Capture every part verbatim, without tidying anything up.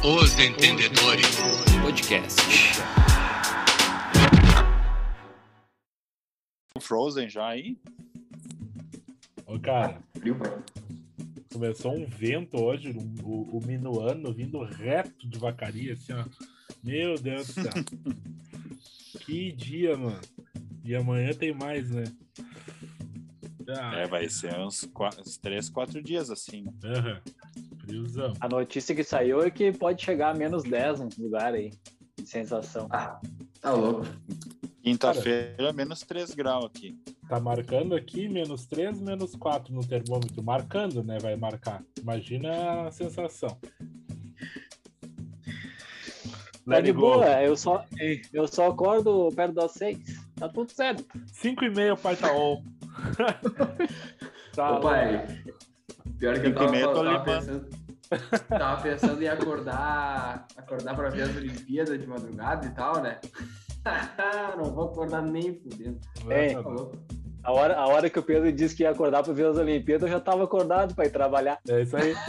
Os Entendedores Podcast. Frozen já aí? Ô, cara, Frio, pai. começou um vento hoje, o, o, o minuano vindo reto de Vacaria, assim, ó. Meu Deus do céu. Que dia, mano. E amanhã tem mais, né? Ah, É, vai ser uns, quatro, uns três, quatro dias assim. aham. Friozão. A notícia que saiu é que pode chegar a menos dez no lugar aí, de sensação. Ah, tá louco. Quinta-feira, menos três graus aqui. Tá marcando aqui menos três, menos quatro no termômetro. Marcando, né? Vai marcar. Imagina a sensação. Tá Let de it go. boa, eu só, eu só acordo perto das seis. Tá tudo certo. Cinco e meia, pai tá on. Tá Ô, lá. pai, pior que eu Cinco e meia, tava, tô tava limpando. pensando, tava pensando em acordar, acordar pra ver as Olimpíadas de madrugada e tal, né? Não vou acordar nem fudendo. É. Tá louco. A hora, a hora que o Pedro disse que ia acordar pra ver as Olimpíadas, eu já tava acordado pra ir trabalhar. É isso aí.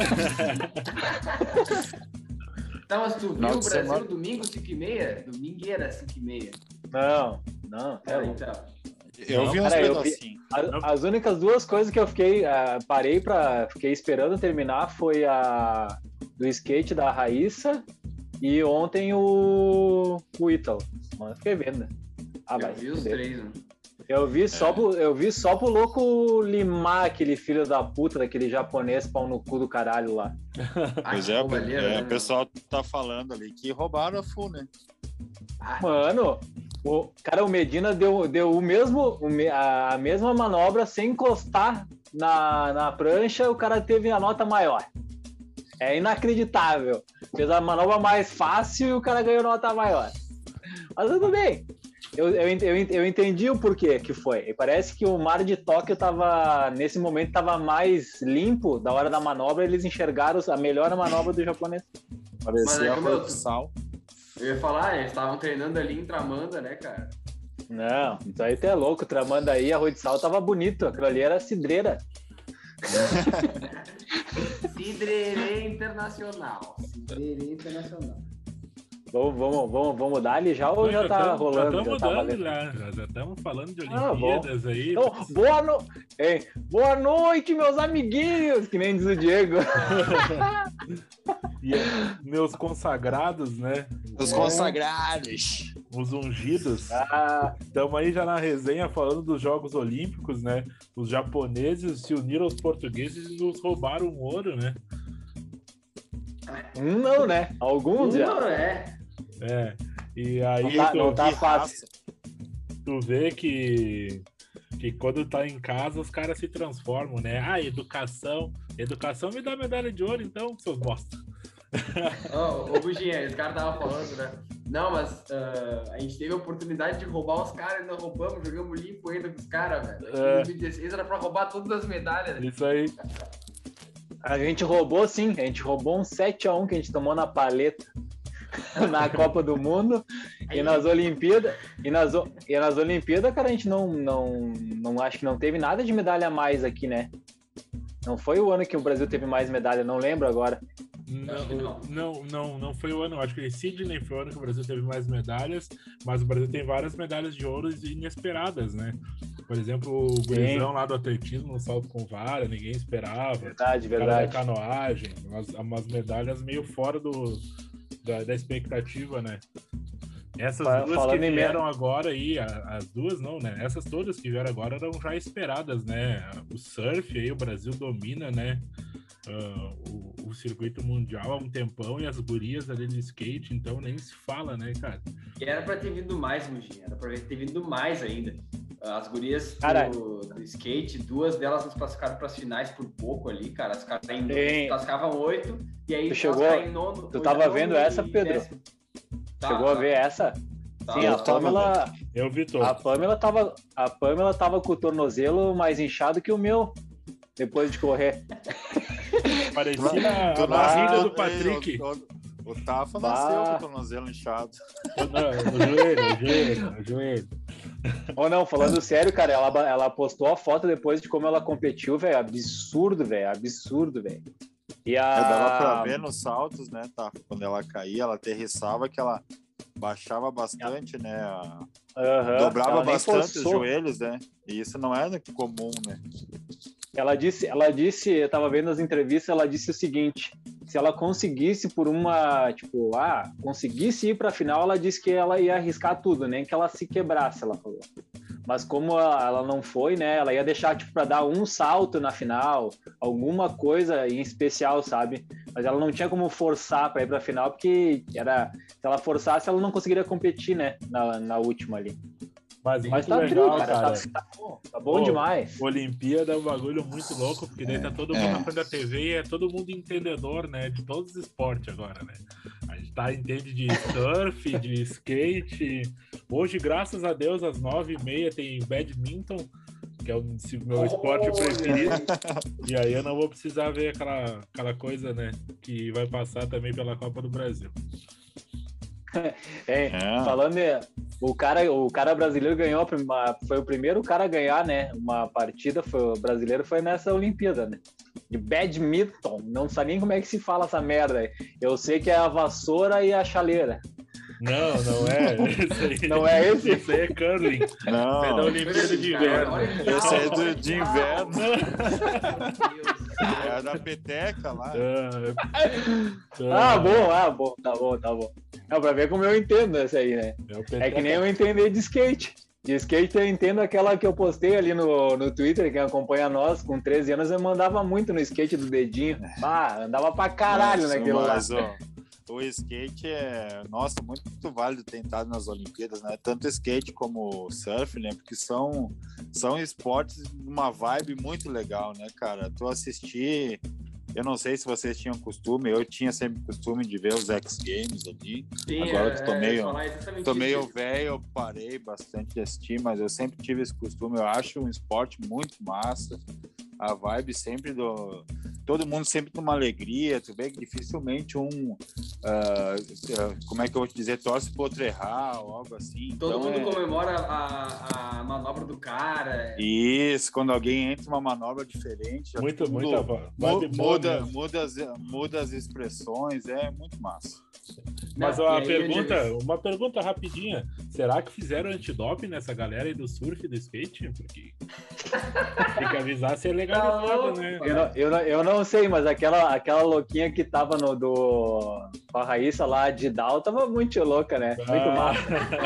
Tá, mas tu viu Final o de Brasil semana. domingo cinco e meia? Domingueira cinco e meia. Não, não. É, É, então. Eu Não, vi uns cara, eu vi- pedacinhos. A- As únicas duas coisas que eu fiquei, ah, parei pra, fiquei esperando terminar foi a do skate da Raíssa e ontem o, o Ítalo. Mano, eu fiquei vendo, né? Ah, Eu vai vi se os fuder. três, mano. Eu vi É. só pro, eu vi só pro louco limar aquele filho da puta, daquele japonês pau no cu do caralho lá. Ah, Pois que é, o roubalheira, é, né, o pessoal tá falando ali que roubaram a full, né? Ah, Mano, o cara, o Medina deu, deu o mesmo, o me- a, a mesma manobra sem encostar na, na prancha, o cara teve a nota maior. É inacreditável. Fez a manobra mais fácil e o cara ganhou nota maior. Mas tudo bem. Eu, eu, eu, eu entendi o porquê que foi. E parece que o mar de Tóquio tava, nesse momento, tava mais limpo. Da hora da manobra, eles enxergaram a melhor manobra do japonês. Mas Parecia é a como eu- Rua do Sal. eu ia falar, eles estavam treinando ali em Tramanda, né, cara? Não, isso aí tu é louco. Tramando aí, a Rua de Sal tava bonito. Aquilo ali era cidreira. Cidrerê Internacional. Cidrerê Internacional. Vamos, vamos, vamos, vamos dar ali já ou já tá tamo- rolando? Já Já estamos tá dando valendo? já. Já estamos falando de Ah, bom. Olimpíadas aí. Então, boa, no... Ei, boa noite, meus amiguinhos, que nem diz o Diego. E é, meus consagrados, né? Os consagrados. Os ungidos. Ah, Estamos aí já na resenha falando dos Jogos Olímpicos, né? Os japoneses se uniram aos portugueses e nos roubaram o ouro, né? um não, né? Alguns já. Não, é. É. E aí Não tá- tu, não tá Que fácil. tu vê que, que quando tá em casa os caras se transformam, né? Ah, educação. Educação me dá medalha de ouro, então, seus bosta. Ô, ô Buginha, esse cara tava falando, né? Não, mas ah, a gente teve a oportunidade de roubar os caras e não roubamos, jogamos limpo ainda com os caras, velho. É. Em dois mil e dezesseis era pra roubar todas as medalhas. Né? Isso aí. A gente roubou sim, a gente roubou um sete a um que a gente tomou na paleta na Copa do Mundo e nas Olimpíadas. E nas, o- e nas Olimpíadas, cara, a gente não, não, não acho que não teve nada de medalha a mais aqui, né? Não foi o ano que o Brasil teve mais medalha, não lembro agora. Acho que Não, não, não, não foi o ano. Acho que Sydney foi o ano que o Brasil teve mais medalhas, mas o Brasil tem várias medalhas de ouro inesperadas, né? Por exemplo, o gurizão lá do atletismo no salto com vara, ninguém esperava. Verdade, O cara verdade. da canoagem, umas, umas medalhas meio fora do, da, da expectativa, né? Essas Fa- duas falando que em vieram agora aí, a- as duas não, né? Essas todas que vieram agora eram já esperadas, né? O surf aí, o Brasil domina, né? Ah, o, o circuito mundial há um tempão e as gurias ali de skate, então nem se fala, né, cara? E era pra ter vindo mais, Buginha. Era pra ter vindo mais ainda. As gurias Caralho. do, do skate, duas delas nos classificaram pras finais por pouco ali, cara. As caras em Sim. classificavam oito e aí Tu elas chegou- caem em nono. tu tava oitavo vendo e essa, Pedro? décimo. Tá, Chegou a tá, ver essa? tá. Sim, eu a tava Pamela, Eu vi todo. a Pamela tava, a Pamela tava com o tornozelo mais inchado que o meu depois de correr. Parecia Tu a nasceu- barriga do Ei, Patrick. O, o, o Tafa Bah. nasceu com o tornozelo inchado. Não, no joelho, no joelho, no joelho. Ou não, falando sério, cara, ela, ela postou a foto depois de como ela competiu, velho. Absurdo, velho. Absurdo, velho. E a... É, dava pra ver nos saltos, né, tá? Quando ela caía, ela aterrissava, que ela baixava bastante, né? A... Uhum. Dobrava Ela nem bastante os forçou. joelhos, né? E isso não é comum, né? Ela disse, ela disse, eu tava vendo as entrevistas, ela disse o seguinte: se ela conseguisse por uma, tipo, ah, conseguisse ir pra final, ela disse que ela ia arriscar tudo, nem que ela se quebrasse, ela falou. Mas como ela não foi, né, ela ia deixar, tipo, pra dar um salto na final, alguma coisa em especial, sabe? Mas ela não tinha como forçar pra ir pra final, porque era, se ela forçasse, ela não conseguiria competir, né, na, na última ali. Mas, Mas muito tá legal, tri, cara, cara. Tá, tá bom, tá bom Pô, demais. Olimpíada é um bagulho muito louco, porque daí tá todo mundo É. na frente da T V e é todo mundo entendedor, né? De todos os esportes agora, né? A gente tá, entende de surf, de skate. Hoje, graças a Deus, às nove e meia tem badminton, que é o meu esporte preferido. E aí eu não vou precisar ver aquela, aquela coisa, né? Que vai passar também pela Copa do Brasil. É, É. falando, é, o cara, o cara brasileiro ganhou, a prima- foi o primeiro cara a ganhar, né? Uma partida, foi, o brasileiro foi nessa Olimpíada, né? De badminton, não sabe nem como é que se fala essa merda aí. Eu sei que é a vassoura e a chaleira. Não, não é. Esse aí, Não é esse? Isso aí é curling. Isso aí é da Não, Olimpíada de Cara, Inverno. olha que esse aí é legal, do, de inverno, Meu Deus. é a da peteca lá. Ah, Ah, bom, ah, bom, tá bom, tá bom. É pra ver como eu entendo essa aí, né? É, o É que nem eu entender de skate. De skate eu entendo aquela que eu postei ali no, no Twitter, quem acompanha nós, com treze anos, eu mandava muito no skate do dedinho. Ah, andava pra caralho Mas, naquilo lá. mas, ó, o skate é, nossa, muito, muito válido ter entrado nas Olimpíadas, né? Tanto skate como surf, né? Porque são, são esportes de uma vibe muito legal, né, cara? Tu assistir, eu não sei se vocês tinham costume, eu tinha sempre costume de ver os X Games ali. Sim, Agora é, que tô é, meio, falar exatamente tô isso. meio velho, eu parei bastante de assistir, mas eu sempre tive esse costume. Eu acho um esporte muito massa. A vibe sempre do... Todo mundo sempre numa alegria. Tu vê que dificilmente um... uh, uh, como é que eu vou te dizer? Torce pro outro errar ou algo assim. Todo Então, mundo é... comemora a, a manobra do cara. Isso, quando alguém entra uma manobra diferente, já Muito, tudo muita mu- vibe boa muda, mesmo. muda, as, muda as expressões, é muito massa. Mas Não, ó, a e aí, pergunta, Diego, uma pergunta rapidinha. Será que fizeram antidoping nessa galera aí do surf e do skate? Porque tem que avisar se é legalizado, Tá louco, né? Eu não, eu, não, eu não sei, mas aquela, aquela louquinha que tava no do. Com a Raíssa lá de Dal tava muito louca, né? Muito Ah. massa.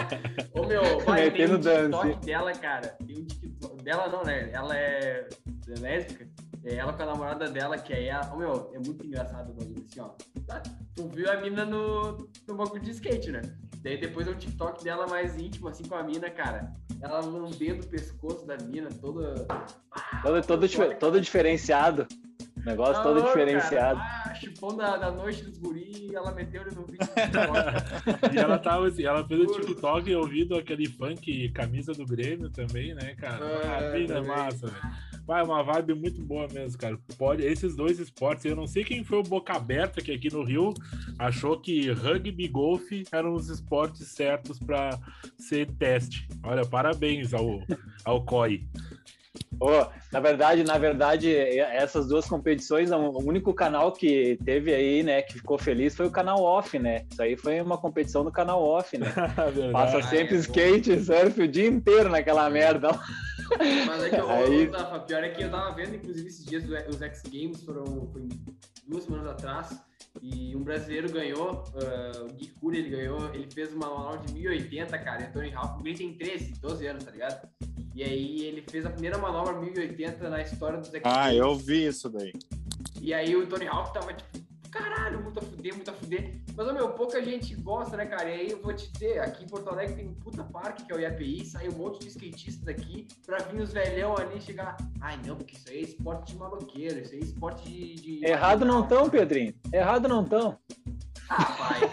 Ô meu, vai, tem Metendo um TikTok dança. dela, cara. Tem um TikTok dela não, né? Ela é lésbica. É ela com a namorada dela, que aí a. Ô meu, é muito engraçado o bagulho, assim, ó. Tá? Tu viu a mina no, no bagulho de skate, né? Daí depois é um TikTok dela mais íntimo, assim, com a mina, cara. Ela lambendo o pescoço da mina, toda. Todo, todo, difer- todo diferenciado. Negócio Tá todo louco, diferenciado. Cara. Ah, chupão da, da noite dos guri e ela meteu ele no vídeo do TikTok. E ela tava assim, ela fez o TikTok ouvindo aquele funk camisa do Grêmio também, né, cara? É, a vida é também. massa, velho. Vai, uma vibe muito boa mesmo, cara. Pode, esses dois esportes, eu não sei quem foi o boca aberta que aqui no Rio achou que rugby e golfe eram os esportes certos para ser teste. Olha, parabéns ao, ao C O I. Oh, na verdade, na verdade, essas duas competições, o único canal que teve aí, né, que ficou feliz foi o canal Off, né? Isso aí foi uma competição do canal Off, né? Passa Verdade. sempre é skate, surf o dia inteiro naquela merda. Mas é que eu, Aí- ô, Rafa, pior é que eu tava vendo, inclusive, esses dias os X Games foram foi duas semanas atrás e um brasileiro ganhou, uh, o Gui Cury, ele ganhou, ele fez uma manobra de mil e oitenta, cara, e o Tony Hawk, o Gui tem treze, doze anos, tá ligado? E aí ele fez a primeira manobra mil e oitenta na história dos X Games. Ah, eu vi isso daí. E aí o Tony Hawk tava tipo, caralho, muito a fuder, muito a fuder. Mas, ô, meu, pouca gente gosta, né, cara? E aí eu vou te dizer, aqui em Porto Alegre tem um puta parque, que é o I A P I, sai um monte de skatistas aqui pra vir os velhão ali e chegar, ai, não, porque isso aí é esporte de maloqueiro, isso aí é esporte de... de... Errado não tão, Pedrinho. Errado não tão. Ah, pai.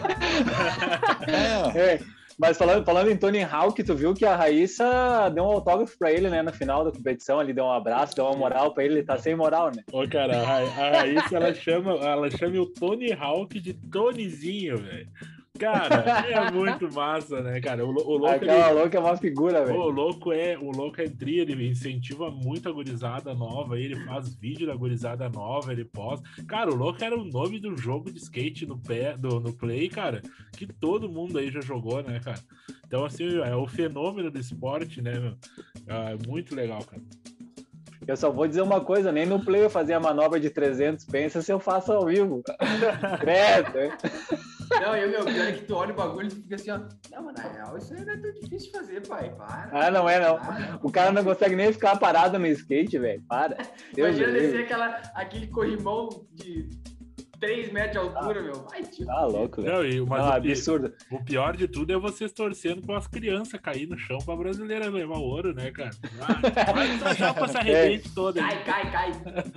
É, É, mas falando, falando em Tony Hawk, tu viu que a Raíssa deu um autógrafo pra ele, né, no final da competição, ali deu um abraço, deu uma moral pra ele, ele tá sem moral, né? Ô, cara, a Ra- a Raíssa, ela chama, ela chama o Tony Hawk de Tonyzinho, velho. Cara, é muito massa, né, cara? O, o louco, Aquela ele... louca é uma figura, velho. O louco é, o louco é tri, ele incentiva muito a gurizada nova, ele faz vídeo da gurizada nova, ele posta. Cara, o louco era o nome do jogo de skate no, pé, do, no Play, cara, que todo mundo aí já jogou, né, cara? Então, assim, é o fenômeno do esporte, né, meu? É muito legal, cara. Eu só vou dizer uma coisa, nem no Play eu fazia a manobra de trezentos, pensa se eu faço ao vivo. Credo, hein? Não, eu, meu, pior é que tu olha o bagulho e fica assim, ó. Não, mas na real, isso aí não é tão difícil de fazer, pai. Para. Ah, não é, não. Para. O cara não consegue nem ficar parado no skate, velho. Para. Deus Imagina do livre. descer aquela, aquele corrimão de três metros de altura, meu. Vai, tio. Tá louco, velho. Não, e, mas Não, o, absurdo. o pior de tudo é vocês torcendo para as crianças cair no chão pra brasileira levar ouro, né, cara? Vai, vai essa chapa se arrebente toda. Cai, cai, cai.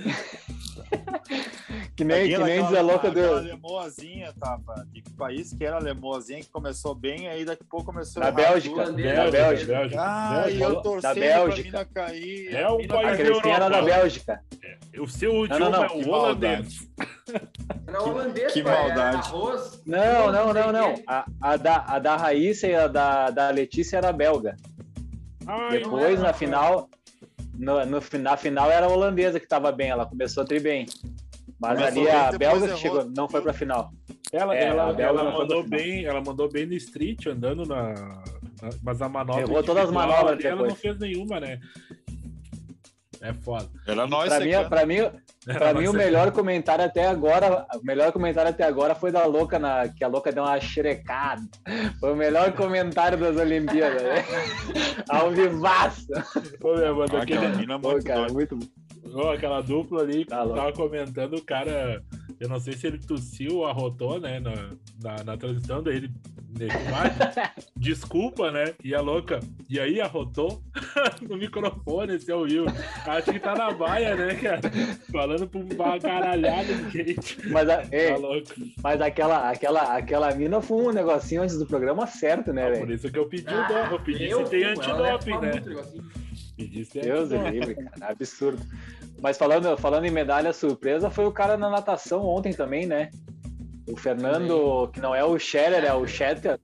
Que nem, que nem diz a louca do... Aquela lemoazinha, tava. De que país que era a lemoazinha que começou bem, aí daqui a pouco começou Na a errar Bélgica. tudo. Na Bélgica. Bélgica. Ah, e eu torcendo Da pra Bélgica. mina cair. É a um mina país A da caiu. Cristina era da Bélgica. O seu Não, não, idioma não, é que o holandês. Era holandês, que pai, era maldade. arroz. Não, não, sei não, o não. quê. A, a, da, a da Raíssa e a da, da Letícia era belga. Ai, Depois, não na era, final, no, no, na final era a holandesa que tava bem, ela começou a tri bem. Mas Começou ali bem, a depois belga errou. que chegou, não foi pra final. Ela, É, ela, a Bélgica ela não foi mandou pra final. bem, ela mandou bem no street, andando na, na- mas a manobra Errou todas as individual manobras ali, ela depois. não fez nenhuma, né? É foda. Era nós Pra mim, secando. pra mim, pra mim o melhor comentário até agora, o melhor comentário até agora foi da louca, na, que a louca deu uma xerecada. Foi o melhor comentário das Olimpíadas, né? Ao vivaço. Pô, meu, mano, Ah, aquele- aquela mina Pô, muito cara, doida. muito Ó, aquela dupla ali que Tá louco. tava comentando, o cara, eu não sei se ele tossiu ou arrotou, né, na, na, na transição dele, desculpa, né, e a louca, e aí arrotou no microfone, esse é o Will, acho que tá na baia, né, cara, falando pra uma caralhada de gente, Mas, a- ei, tá louco. mas aquela, aquela, aquela mina foi um negocinho antes do programa certo, né, Ah, velho? por isso que eu pedi o Ah, doping, eu pedi eu se tem fumo, ela deve antidoping, fumar né, muito negocinho. pedi se tem Deus do antidoping. livre, cara, absurdo. Mas falando, falando em medalha surpresa, foi o cara na natação ontem também, né? O Fernando, que não é o Scherer, é o Schetter.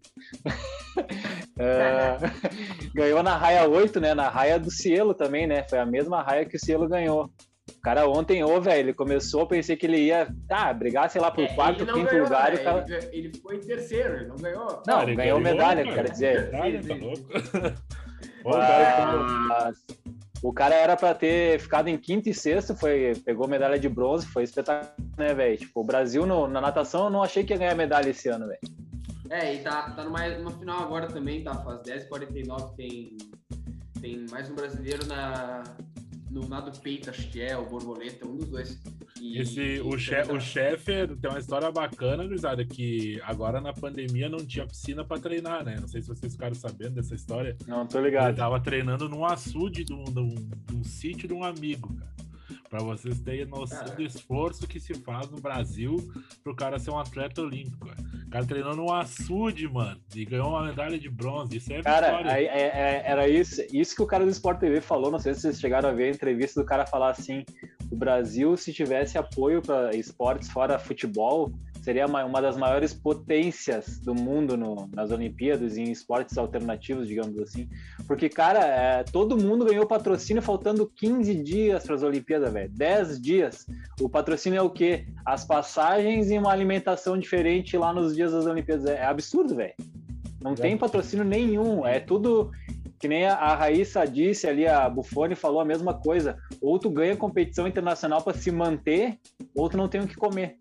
É, ganhou na raia oito, né? Na raia do Cielo também, né? Foi a mesma raia que o Cielo ganhou. O cara ontem, ô, velho, ele começou, pensei que ele ia ah, brigar, sei lá, por É, quarto, ele não quinto ganhou, lugar. né? E o cara... ele, ele ficou em terceiro, ele não ganhou. Não, Ah, ele ganhou medalha, cara. quero dizer. Medalha, Sim, tá sim. louco? Ó, o cara- Mas o cara era pra ter ficado em quinto e sexto, foi, pegou medalha de bronze, foi espetacular, né, velho? Tipo, o Brasil no- na natação eu não achei que ia ganhar medalha esse ano, velho. É, e tá, tá numa, numa final agora também, tá? Faz dez e quarenta e nove, tem, tem mais um brasileiro na, no nado peito, acho que é, o Borboleta, um dos dois. E- Esse, o, e che, também o tá- chefe tem uma história bacana, gurizada, que agora na pandemia não tinha piscina pra treinar, né? Não sei se vocês ficaram sabendo dessa história. Não, tô Ele ligado. tava treinando num açude de um, de um, de um sítio de um amigo, cara. Pra vocês terem noção Cara. do esforço que se faz no Brasil pro cara ser um atleta olímpico, cara. O cara treinou num açude, mano, e ganhou uma medalha de bronze. Isso é Cara, vitória. aí, é- é- era isso, isso que o cara do Sport T V falou, não sei se vocês chegaram a ver a entrevista do cara falar assim, o Brasil, se tivesse apoio para esportes fora futebol, seria uma, uma das maiores potências do mundo no- nas Olimpíadas e em esportes alternativos, digamos assim. Porque, cara, é, todo mundo ganhou patrocínio faltando quinze dias para as Olimpíadas, velho. dez dias. O patrocínio é o quê? As passagens e uma alimentação diferente lá nos dias das Olimpíadas. É, é absurdo, velho. Não tem patrocínio nenhum. É tudo que nem a, a Raíssa disse ali, a Buffoni falou a mesma coisa. Ou tu ganha competição internacional para se manter, ou tu não tem o que comer.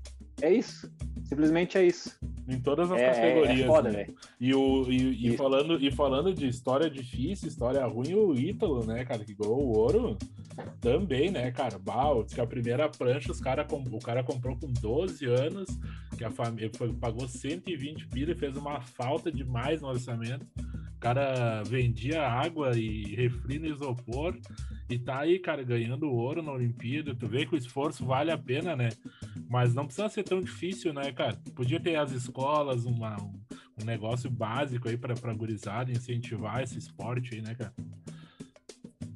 É isso. Simplesmente é isso. Em todas as É, é, categorias. é foda, né? velho. E, o, e, e Isso. falando, e falando de história difícil, história ruim, o Ítalo, né, cara, que ganhou o ouro, também, né, cara? Bah, diz que a primeira prancha os cara, com- o cara comprou com doze anos, que a família foi- pagou cento e vinte pila e fez uma falta demais no orçamento. O cara vendia água e refri no isopor e tá aí, cara, ganhando ouro na Olimpíada. Tu vê que o esforço vale a pena, né? Mas não precisa ser tão difícil, né, cara? Podia ter as escolas, uma, um, um negócio básico aí pra, pra gurizada, incentivar esse esporte aí, né, cara?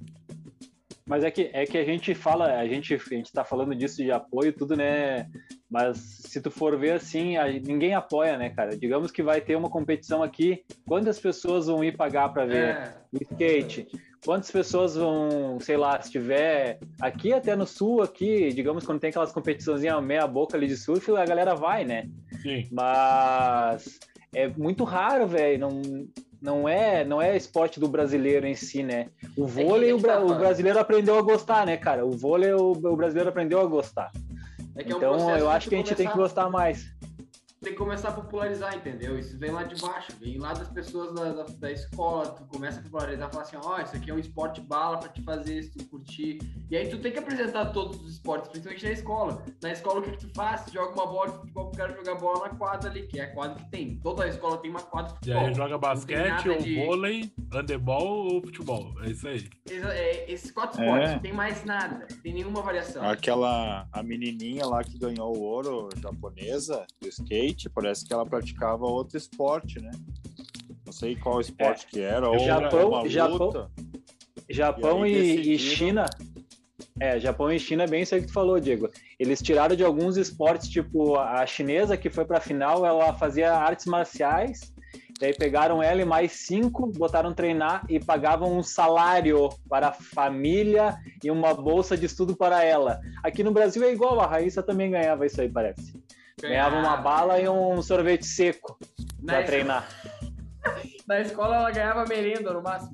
Mas é que, é que a gente fala, a gente, a gente tá falando disso de apoio, tudo, né? Mas se tu for ver assim, a, ninguém apoia, né, cara? Digamos que vai ter uma competição aqui, quantas pessoas vão ir pagar para ver É. o skate? Quantas pessoas vão, sei lá, se tiver aqui até no sul, aqui, digamos, quando tem aquelas competiçãozinhas meia boca ali de surf, a galera vai, né? Sim. Mas é muito raro, velho, não, não, é, não é esporte do brasileiro em si, né? O vôlei, é o, que tá, bra- o brasileiro aprendeu a gostar, né, cara? O vôlei, o, o brasileiro aprendeu a gostar. É que é um Então, processo eu de acho que a gente tem que começar- gostar mais. Tem que começar a popularizar, entendeu? Isso vem lá de baixo, vem lá das pessoas da, da, da escola, tu começa a popularizar, falar assim, ó, oh, isso aqui é um esporte bala pra te fazer, se tu curtir. E aí tu tem que apresentar todos os esportes, principalmente na escola. Na escola, o que, que tu faz? Tu joga uma bola de futebol pro cara jogar bola na quadra ali, que é a quadra que tem. Toda a escola tem uma quadra de E futebol. aí joga basquete, nada ou de- vôlei, handebol ou futebol. É isso aí. Exa- é, esses quatro esportes, É. não tem mais nada, não tem nenhuma variação. Aquela, a menininha lá que ganhou o ouro japonesa do skate, parece que ela praticava outro esporte, né? Não sei qual esporte que era, ou Japão- uma Japão- luta. Japão E aí e, e decidiram- China. É, Japão e China é bem isso aí que tu falou, Diego. Eles tiraram de alguns esportes, tipo a chinesa que foi pra final, ela fazia artes marciais, daí pegaram ela e mais cinco, botaram treinar e pagavam um salário para a família e uma bolsa de estudo para ela. Aqui no Brasil é igual, a Raíssa também ganhava isso aí, parece. Ganhava uma bala e um sorvete seco Na pra es- treinar. Na escola ela ganhava merenda no máximo.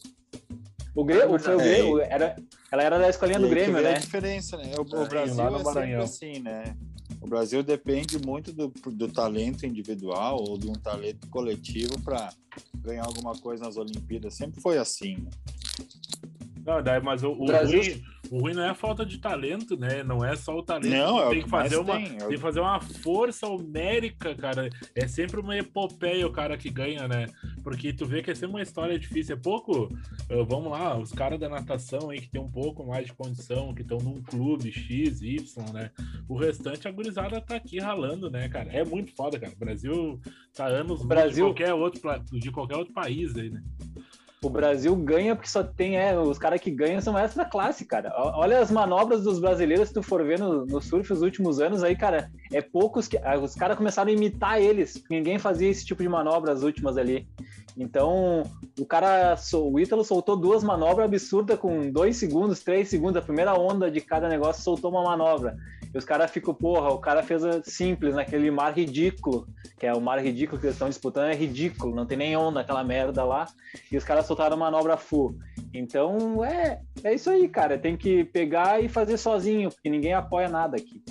O Grêmio, foi o É. Grêmio, era, ela era da escolinha do E aí que Grêmio, vem né? a diferença, né? O, o Sim, Brasil lá no é sempre Maranhão. assim, né? O Brasil depende muito do, do talento individual ou de um talento coletivo para ganhar alguma coisa nas Olimpíadas. Sempre foi assim, né? Não, daí, mas o, o, Brasil- ruim, o ruim não é a falta de talento, né? Não é só o talento. Não, é o tem que que fazer mais uma, tem, é o- tem que fazer uma força homérica, cara. É sempre uma epopeia o cara que ganha, né? Porque tu vê que é sempre uma história difícil. É pouco. uh, Vamos lá, os caras da natação aí que tem um pouco mais de condição, que estão num clube X, Y, né? O restante, a gurizada tá aqui ralando, né, cara? É muito foda, cara. O Brasil tá anos luz Brasil- de qualquer outro, pla- de qualquer outro país aí, né? O Brasil ganha porque só tem, é, os caras que ganham são extra classe, cara. O- Olha as manobras dos brasileiros, se tu for ver no, no surf os últimos anos aí, cara, é poucos que, ah, os caras começaram a imitar eles, porque ninguém fazia esse tipo de manobra as últimas ali. Então, o cara, o Ítalo soltou duas manobras absurdas com dois segundos, três segundos, a primeira onda de cada negócio soltou uma manobra. E os caras ficam, porra, o cara fez a simples naquele mar ridículo, que é o mar ridículo que eles estão disputando, é ridículo, não tem nem onda aquela merda lá, e os caras soltaram a manobra full. Então, é, é isso aí, cara, tem que pegar e fazer sozinho, porque ninguém apoia nada aqui.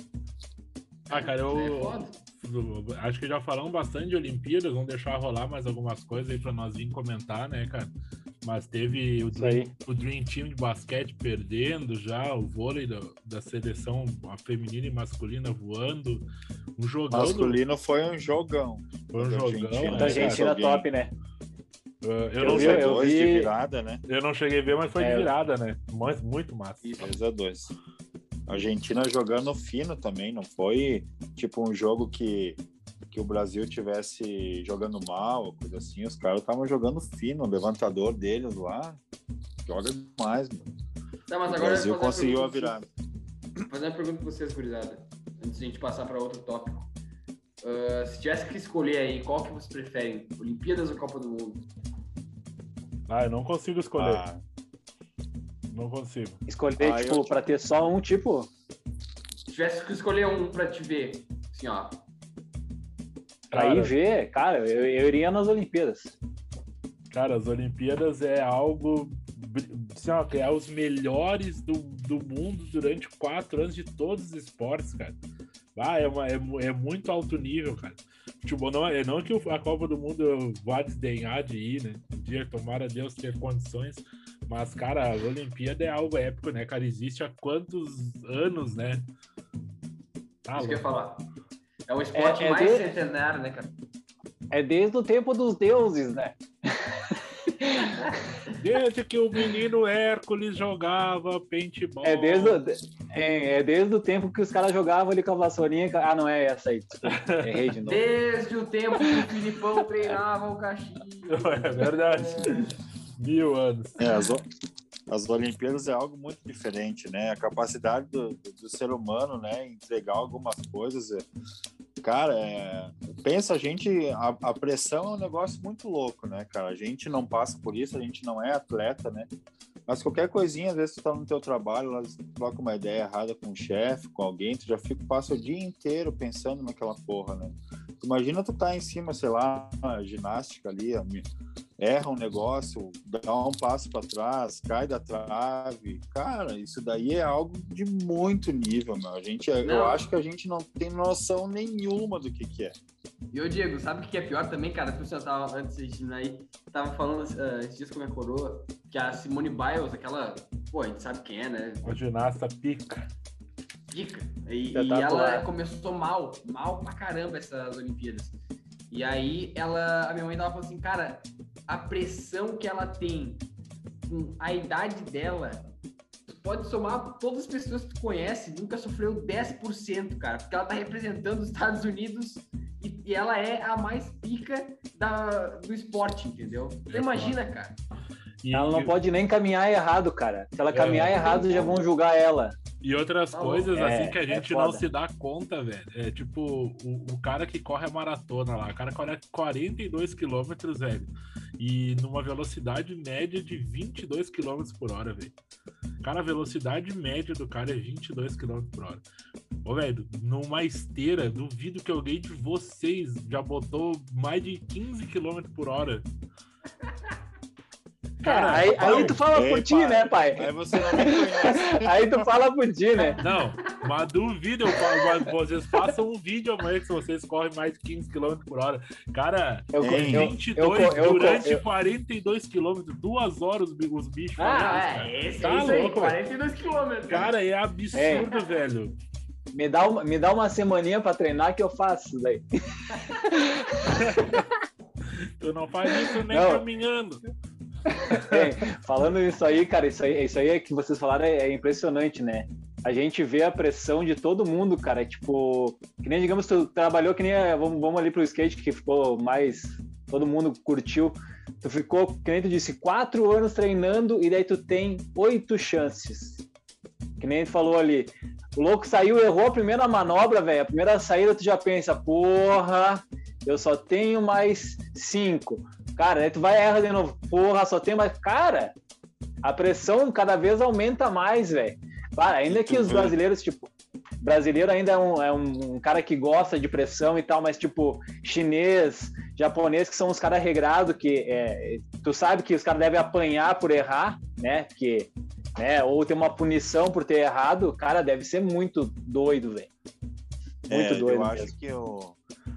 Ah, cara, É eu foda. eu acho que já falamos bastante de Olimpíadas, vamos deixar rolar mais algumas coisas aí pra nós vir comentar, né, cara? Mas teve o Isso Dream, aí. o Dream Team de basquete perdendo já, o vôlei da, da seleção a feminina e masculina voando, um jogão. do- Masculino foi um jogão. Foi um da jogão, Argentina. né, Da Argentina alguém- top, né? Uh, eu, Eu não vi- cheguei, eu dois vi- de virada, né? eu não cheguei a ver, mas foi É. de virada, né? Mas muito massa. três a dois. A Argentina jogando fino também, não foi tipo um jogo que, que o Brasil tivesse jogando mal, coisa assim. Os caras estavam jogando fino, o levantador deles lá joga demais, mano. Tá, mas O agora Brasil eu vou fazer uma conseguiu a pergunta virada. pra vocês- Fazer uma pergunta pra vocês, gurizada, antes de a gente passar para outro tópico. Ah, se tivesse que escolher aí, qual que vocês preferem? Olimpíadas ou Copa do Mundo? Ah, eu não consigo escolher. Ah, Não consigo. Escolher, Ah, tipo, eu- pra ter só um tipo, Se tivesse que escolher um pra te ver, assim, ó. pra Cara, ir ver, cara, eu, eu iria nas Olimpíadas. Cara, as Olimpíadas é algo. Assim, ó, é os melhores do, do mundo durante quatro anos de todos os esportes, cara. Ah, é, uma, é, mu- é muito alto nível, cara. Futebol não é não que o- a Copa do Mundo eu vá desdenhar de ir, né? Um dia, tomara Deus ter condições. Mas, cara, a Olimpíada é algo épico, né, cara? Existe há quantos anos, né? Tá Isso que eu ia louco. falar. É o esporte É- é mais de- centenário, né, cara? É desde o tempo dos deuses, né? Desde que o menino Hércules jogava paintball. É desde, o, é, é desde o tempo que os caras jogavam ali com a vassourinha. Ah, não é essa aí. desculpa, Errei de novo. Desde o tempo que o Filipão treinava o Caxias. É verdade. Mil anos. é, as, o- as Olimpíadas é algo muito diferente, né? A capacidade do, do, do ser humano, né, entregar algumas coisas, é, cara, é, pensa, a gente, a, a pressão é um negócio muito louco, né, cara? A gente não passa por isso, a gente não é atleta, né? Mas qualquer coisinha, às vezes tu tá no teu trabalho, elas trocam uma ideia errada com o chefe, com alguém, tu já fica, passa o dia inteiro pensando naquela porra, né? Imagina tu tá em cima, sei lá, ginástica ali, erra um negócio, dá um passo para trás, cai da trave. Cara, isso daí é algo de muito nível, meu. A gente, eu acho que a gente não tem noção nenhuma do que que é. E ô Diego, sabe o que é pior também, cara? Tu já tava, antes de aí, tava falando uh, esses dias com a minha coroa, que a Simone Biles, aquela, pô, a gente sabe quem é, né? A ginasta pica. Pica. E, e ela começou mal, mal pra caramba essas Olimpíadas. E aí ela, a minha mãe tava falando assim, cara, a pressão que ela tem com a idade dela, tu pode somar todas as pessoas que tu conhece, nunca sofreu dez por cento, cara, porque ela tá representando os Estados Unidos e, e ela é a mais pica da, do esporte, entendeu? Tu imagina, cara. E, ela não pode nem caminhar errado, cara. Se ela caminhar é, errado, já vão julgar ela. E outras tá coisas, é, assim, que a gente é não se dá conta, velho. É tipo, o, o cara que corre a maratona lá, o cara corre quarenta e dois quilômetros, velho. E numa velocidade média de vinte e dois quilômetros por hora, velho. Cara, a velocidade média do cara é vinte e dois quilômetros por hora. Ô, velho, numa esteira, duvido que alguém de vocês já botou mais de quinze quilômetros por hora. Cara, aí, pai, aí tu fala por ti, pai, né, pai? Aí você não me conhece. Aí tu fala por ti, né? Não, mas duvido, eu falo, vocês façam um vídeo amanhã que vocês correm mais de quinze quilômetros por hora. Cara, eu, vinte e dois eu, eu, durante eu, eu, quarenta e dois quilômetros, duas horas os bichos. Ah, é, esse, tá esse louco, aí, quarenta e dois quilômetros. Cara, é absurdo, é. velho. Me dá, uma, me dá uma semaninha pra treinar que eu faço isso daí. Tu não faz isso nem não. caminhando. É, falando isso aí, cara, isso aí, isso aí é que vocês falaram é, é impressionante, né? A gente vê a pressão de todo mundo, cara, tipo, que nem, digamos, tu trabalhou que nem, vamos, vamos ali pro skate, que ficou mais, todo mundo curtiu, tu ficou, que nem tu disse, quatro anos treinando e daí tu tem oito chances, que nem tu falou ali, o louco saiu, errou a primeira manobra, velho, a primeira saída tu já pensa, porra, eu só tenho mais cinco. Cara, aí tu vai e erra de novo. Porra, só tem mais... Cara, a pressão cada vez aumenta mais, velho. Claro, ainda que os brasileiros, tipo... Brasileiro ainda é, um, é um cara que gosta de pressão e tal, mas tipo, chinês, japonês, que são os caras regrados, que é, tu sabe que os caras devem apanhar por errar, né? Que, né? Ou ter uma punição por ter errado. Cara, deve ser muito doido, velho. Muito é, doido. Eu mesmo. acho que eu...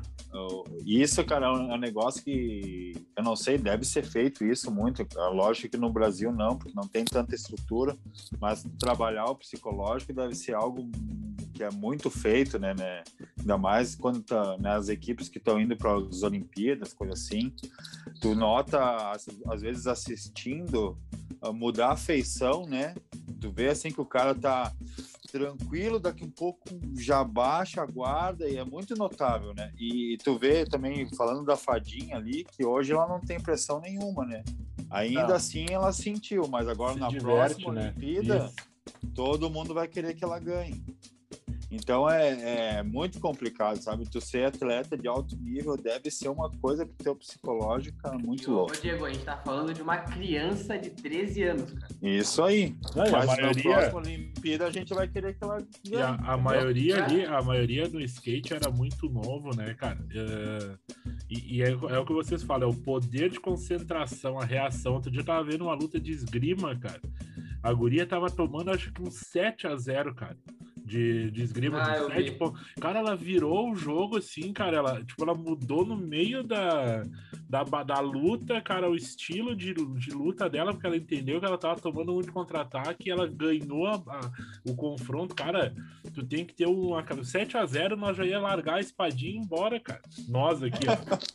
Isso, cara, é um negócio que eu não sei, deve ser feito isso muito. Lógico que no Brasil não, porque não tem tanta estrutura, mas trabalhar o psicológico deve ser algo que é muito feito, né? né? Ainda mais quando tá, né, as equipes que estão indo para as Olimpíadas, coisa assim. Tu nota, às vezes assistindo, mudar a feição, né? Tu vê assim que o cara tá tranquilo, daqui um pouco já baixa a guarda e é muito notável, né? E tu vê também, falando da Fadinha ali, que hoje ela não tem pressão nenhuma, né? Ainda não. assim ela sentiu, mas agora Se na diverte, próxima né? Olimpíada, Isso. todo mundo vai querer que ela ganhe. Então é, é muito complicado, sabe? Tu ser atleta de alto nível deve ser uma coisa pro teu psicológico, cara, muito louco. Ô, Diego, a gente tá falando de uma criança de treze anos, cara. Isso aí. Não, Mas a maioria... na próxima Olimpíada a gente vai querer que ela ganhe. E a, a maioria ali, a maioria do skate era muito novo, né, cara? Uh, e e é, é o que vocês falam, é o poder de concentração, a reação. Outro dia eu tava vendo uma luta de esgrima, cara. A guria tava tomando, acho que uns sete a zero, cara. De, de esgrima, ah, de sete pontos. Cara, ela virou o jogo assim, cara. Ela, tipo, ela mudou no meio da, da, da luta, cara, o estilo de, de luta dela, porque ela entendeu que ela tava tomando muito contra-ataque e ela ganhou a, a, o confronto. Cara, tu tem que ter uma. sete a zero, nós já ia largar a espadinha e ir embora, cara. Nós aqui,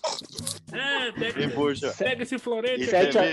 ó. É, pega, pega esse florete.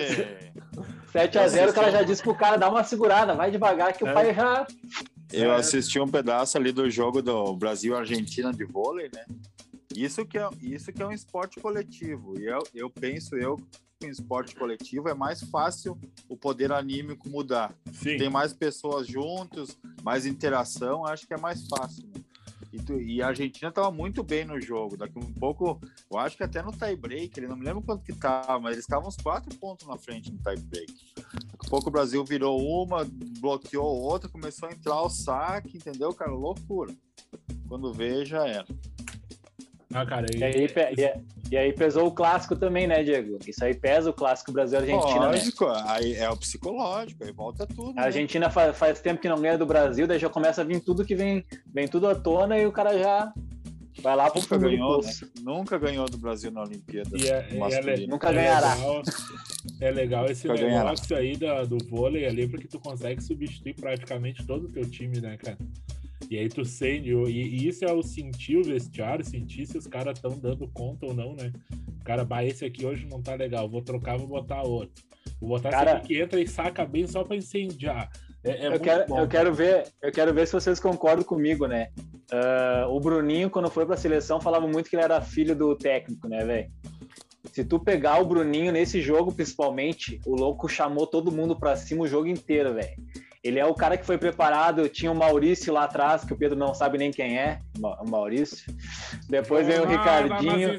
sete a zero, o cara já disse pro cara dar uma segurada, vai devagar que é. o pai já. Eu assisti um pedaço ali do jogo do Brasil-Argentina de vôlei, né? Isso que é, isso que é um esporte coletivo. E eu, eu penso, eu, em esporte coletivo é mais fácil o poder anímico mudar. Sim. Tem mais pessoas juntos, mais interação, acho que é mais fácil, né? E, tu, e a Argentina estava muito bem no jogo. Daqui um pouco, eu acho que até no tie-break, ele não me lembro quanto que estava, mas eles estavam uns quatro pontos na frente no tie-break. Daqui a pouco o Brasil virou uma, bloqueou outra, começou a entrar o saque, entendeu, cara? Loucura. Quando vê, já era. Ah, cara, e, E aí, pe- e, e aí pesou o clássico também, né, Diego? Isso aí pesa o clássico Brasil-Argentina, né? Lógico, aí é o psicológico, aí volta tudo. A né? Argentina fa- faz tempo que não ganha do Brasil, daí já começa a vir tudo que vem, vem tudo à tona e o cara já vai lá pro Nunca fundo do ganhou, né? poço. Nunca ganhou do Brasil na Olimpíada. E é, e é masculina. le- Nunca é ganhará. Legal, é legal esse Nunca negócio aí da, do vôlei ali, porque tu consegue substituir praticamente todo o teu time, né, cara? E aí tu sente, e, e isso é o sentir o vestiário, sentir se os caras estão dando conta ou não, né? O cara, bah, esse aqui hoje não tá legal, vou trocar, vou botar outro. Vou botar Cara, esse aqui que entra e saca bem só pra incendiar. É, é eu, muito quero, bom. eu, quero ver, eu quero ver se vocês concordam comigo, né? Ah, o Bruninho, quando foi pra seleção, falava muito que ele era filho do técnico, né, velho? Se tu pegar o Bruninho nesse jogo, principalmente, o louco chamou todo mundo pra cima o jogo inteiro, velho. Ele é o cara que foi preparado, tinha o Maurício lá atrás, que o Pedro não sabe nem quem é, o Maurício. Depois vem o Ricardinho.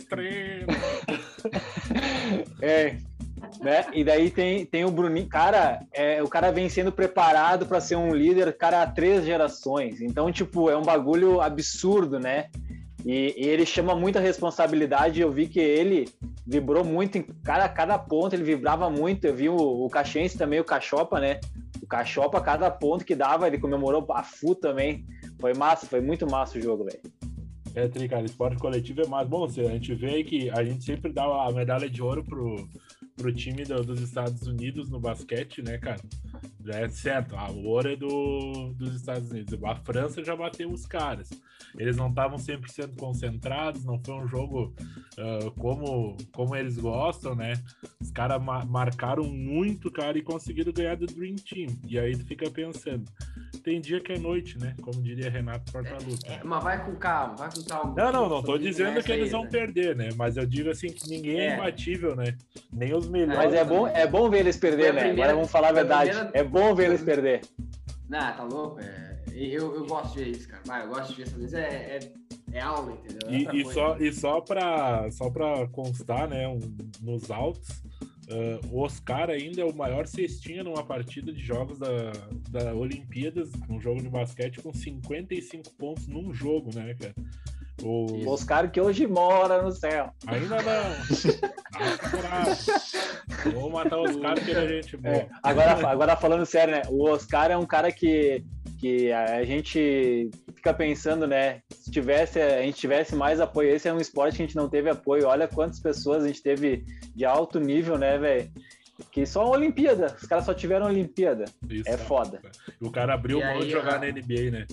É, né? E daí tem, tem o Bruninho. Cara, é, o cara vem sendo preparado para ser um líder, cara, há três gerações. Então, tipo, é um bagulho absurdo, né? E, e ele chama muita responsabilidade. Eu vi que ele vibrou muito em cada, cada ponto, ele vibrava muito. Eu vi o, o Caxiense também, o Cachopa, né? O Cachopa, cada ponto que dava, ele comemorou a full também. Foi massa, foi muito massa o jogo, velho. É, Tri, cara, esporte coletivo é mais bom. A gente vê aí que a gente sempre dá a medalha de ouro pro, pro time do, dos Estados Unidos no basquete, né, cara? Já é certo, ah, o ouro é do, dos Estados Unidos. A França já bateu os caras. Eles não estavam cem por cento concentrados, não foi um jogo uh, como, como eles gostam, né? Os caras ma- marcaram muito, cara, e conseguiram ganhar do Dream Team. E aí tu fica pensando, tem dia que é noite, né? Como diria Renato Portaluppi. É, mas vai com calma, vai com calma. Não, não, não tô Família dizendo nessa que eles aí, vão né? perder, né? Mas eu digo assim que ninguém é, É. imbatível, né? Nem os melhores. Mas é bom, é bom ver eles perder, Foi a né? primeira- Agora vamos falar a foi a verdade. primeira- É bom ver eles perder. Não, tá louco? É, eu, eu gosto de ver isso, cara. Vai, eu gosto de ver essa vez. É, é, é aula, entendeu? É outra E, e coisa. só, e só para só pra constar, né, um, nos autos, uh, o Oscar ainda é o maior cestinha numa partida de jogos da, da Olimpíadas, um jogo de basquete, com cinquenta e cinco pontos num jogo, né, cara? O... O Oscar que hoje mora no céu. Ainda não. Dá uma segurada. Vou matar o Oscar que ele é gente boa. É, agora, agora falando sério, né? O Oscar é um cara que, que a gente fica pensando, né? Se tivesse, a gente tivesse mais apoio, esse é um esporte que a gente não teve apoio. Olha quantas pessoas a gente teve de alto nível, né, velho? Que só a Olimpíada. Os caras só tiveram Olimpíada. Isso, É foda. O cara abriu E mão de aí, jogar a- na N B A, né?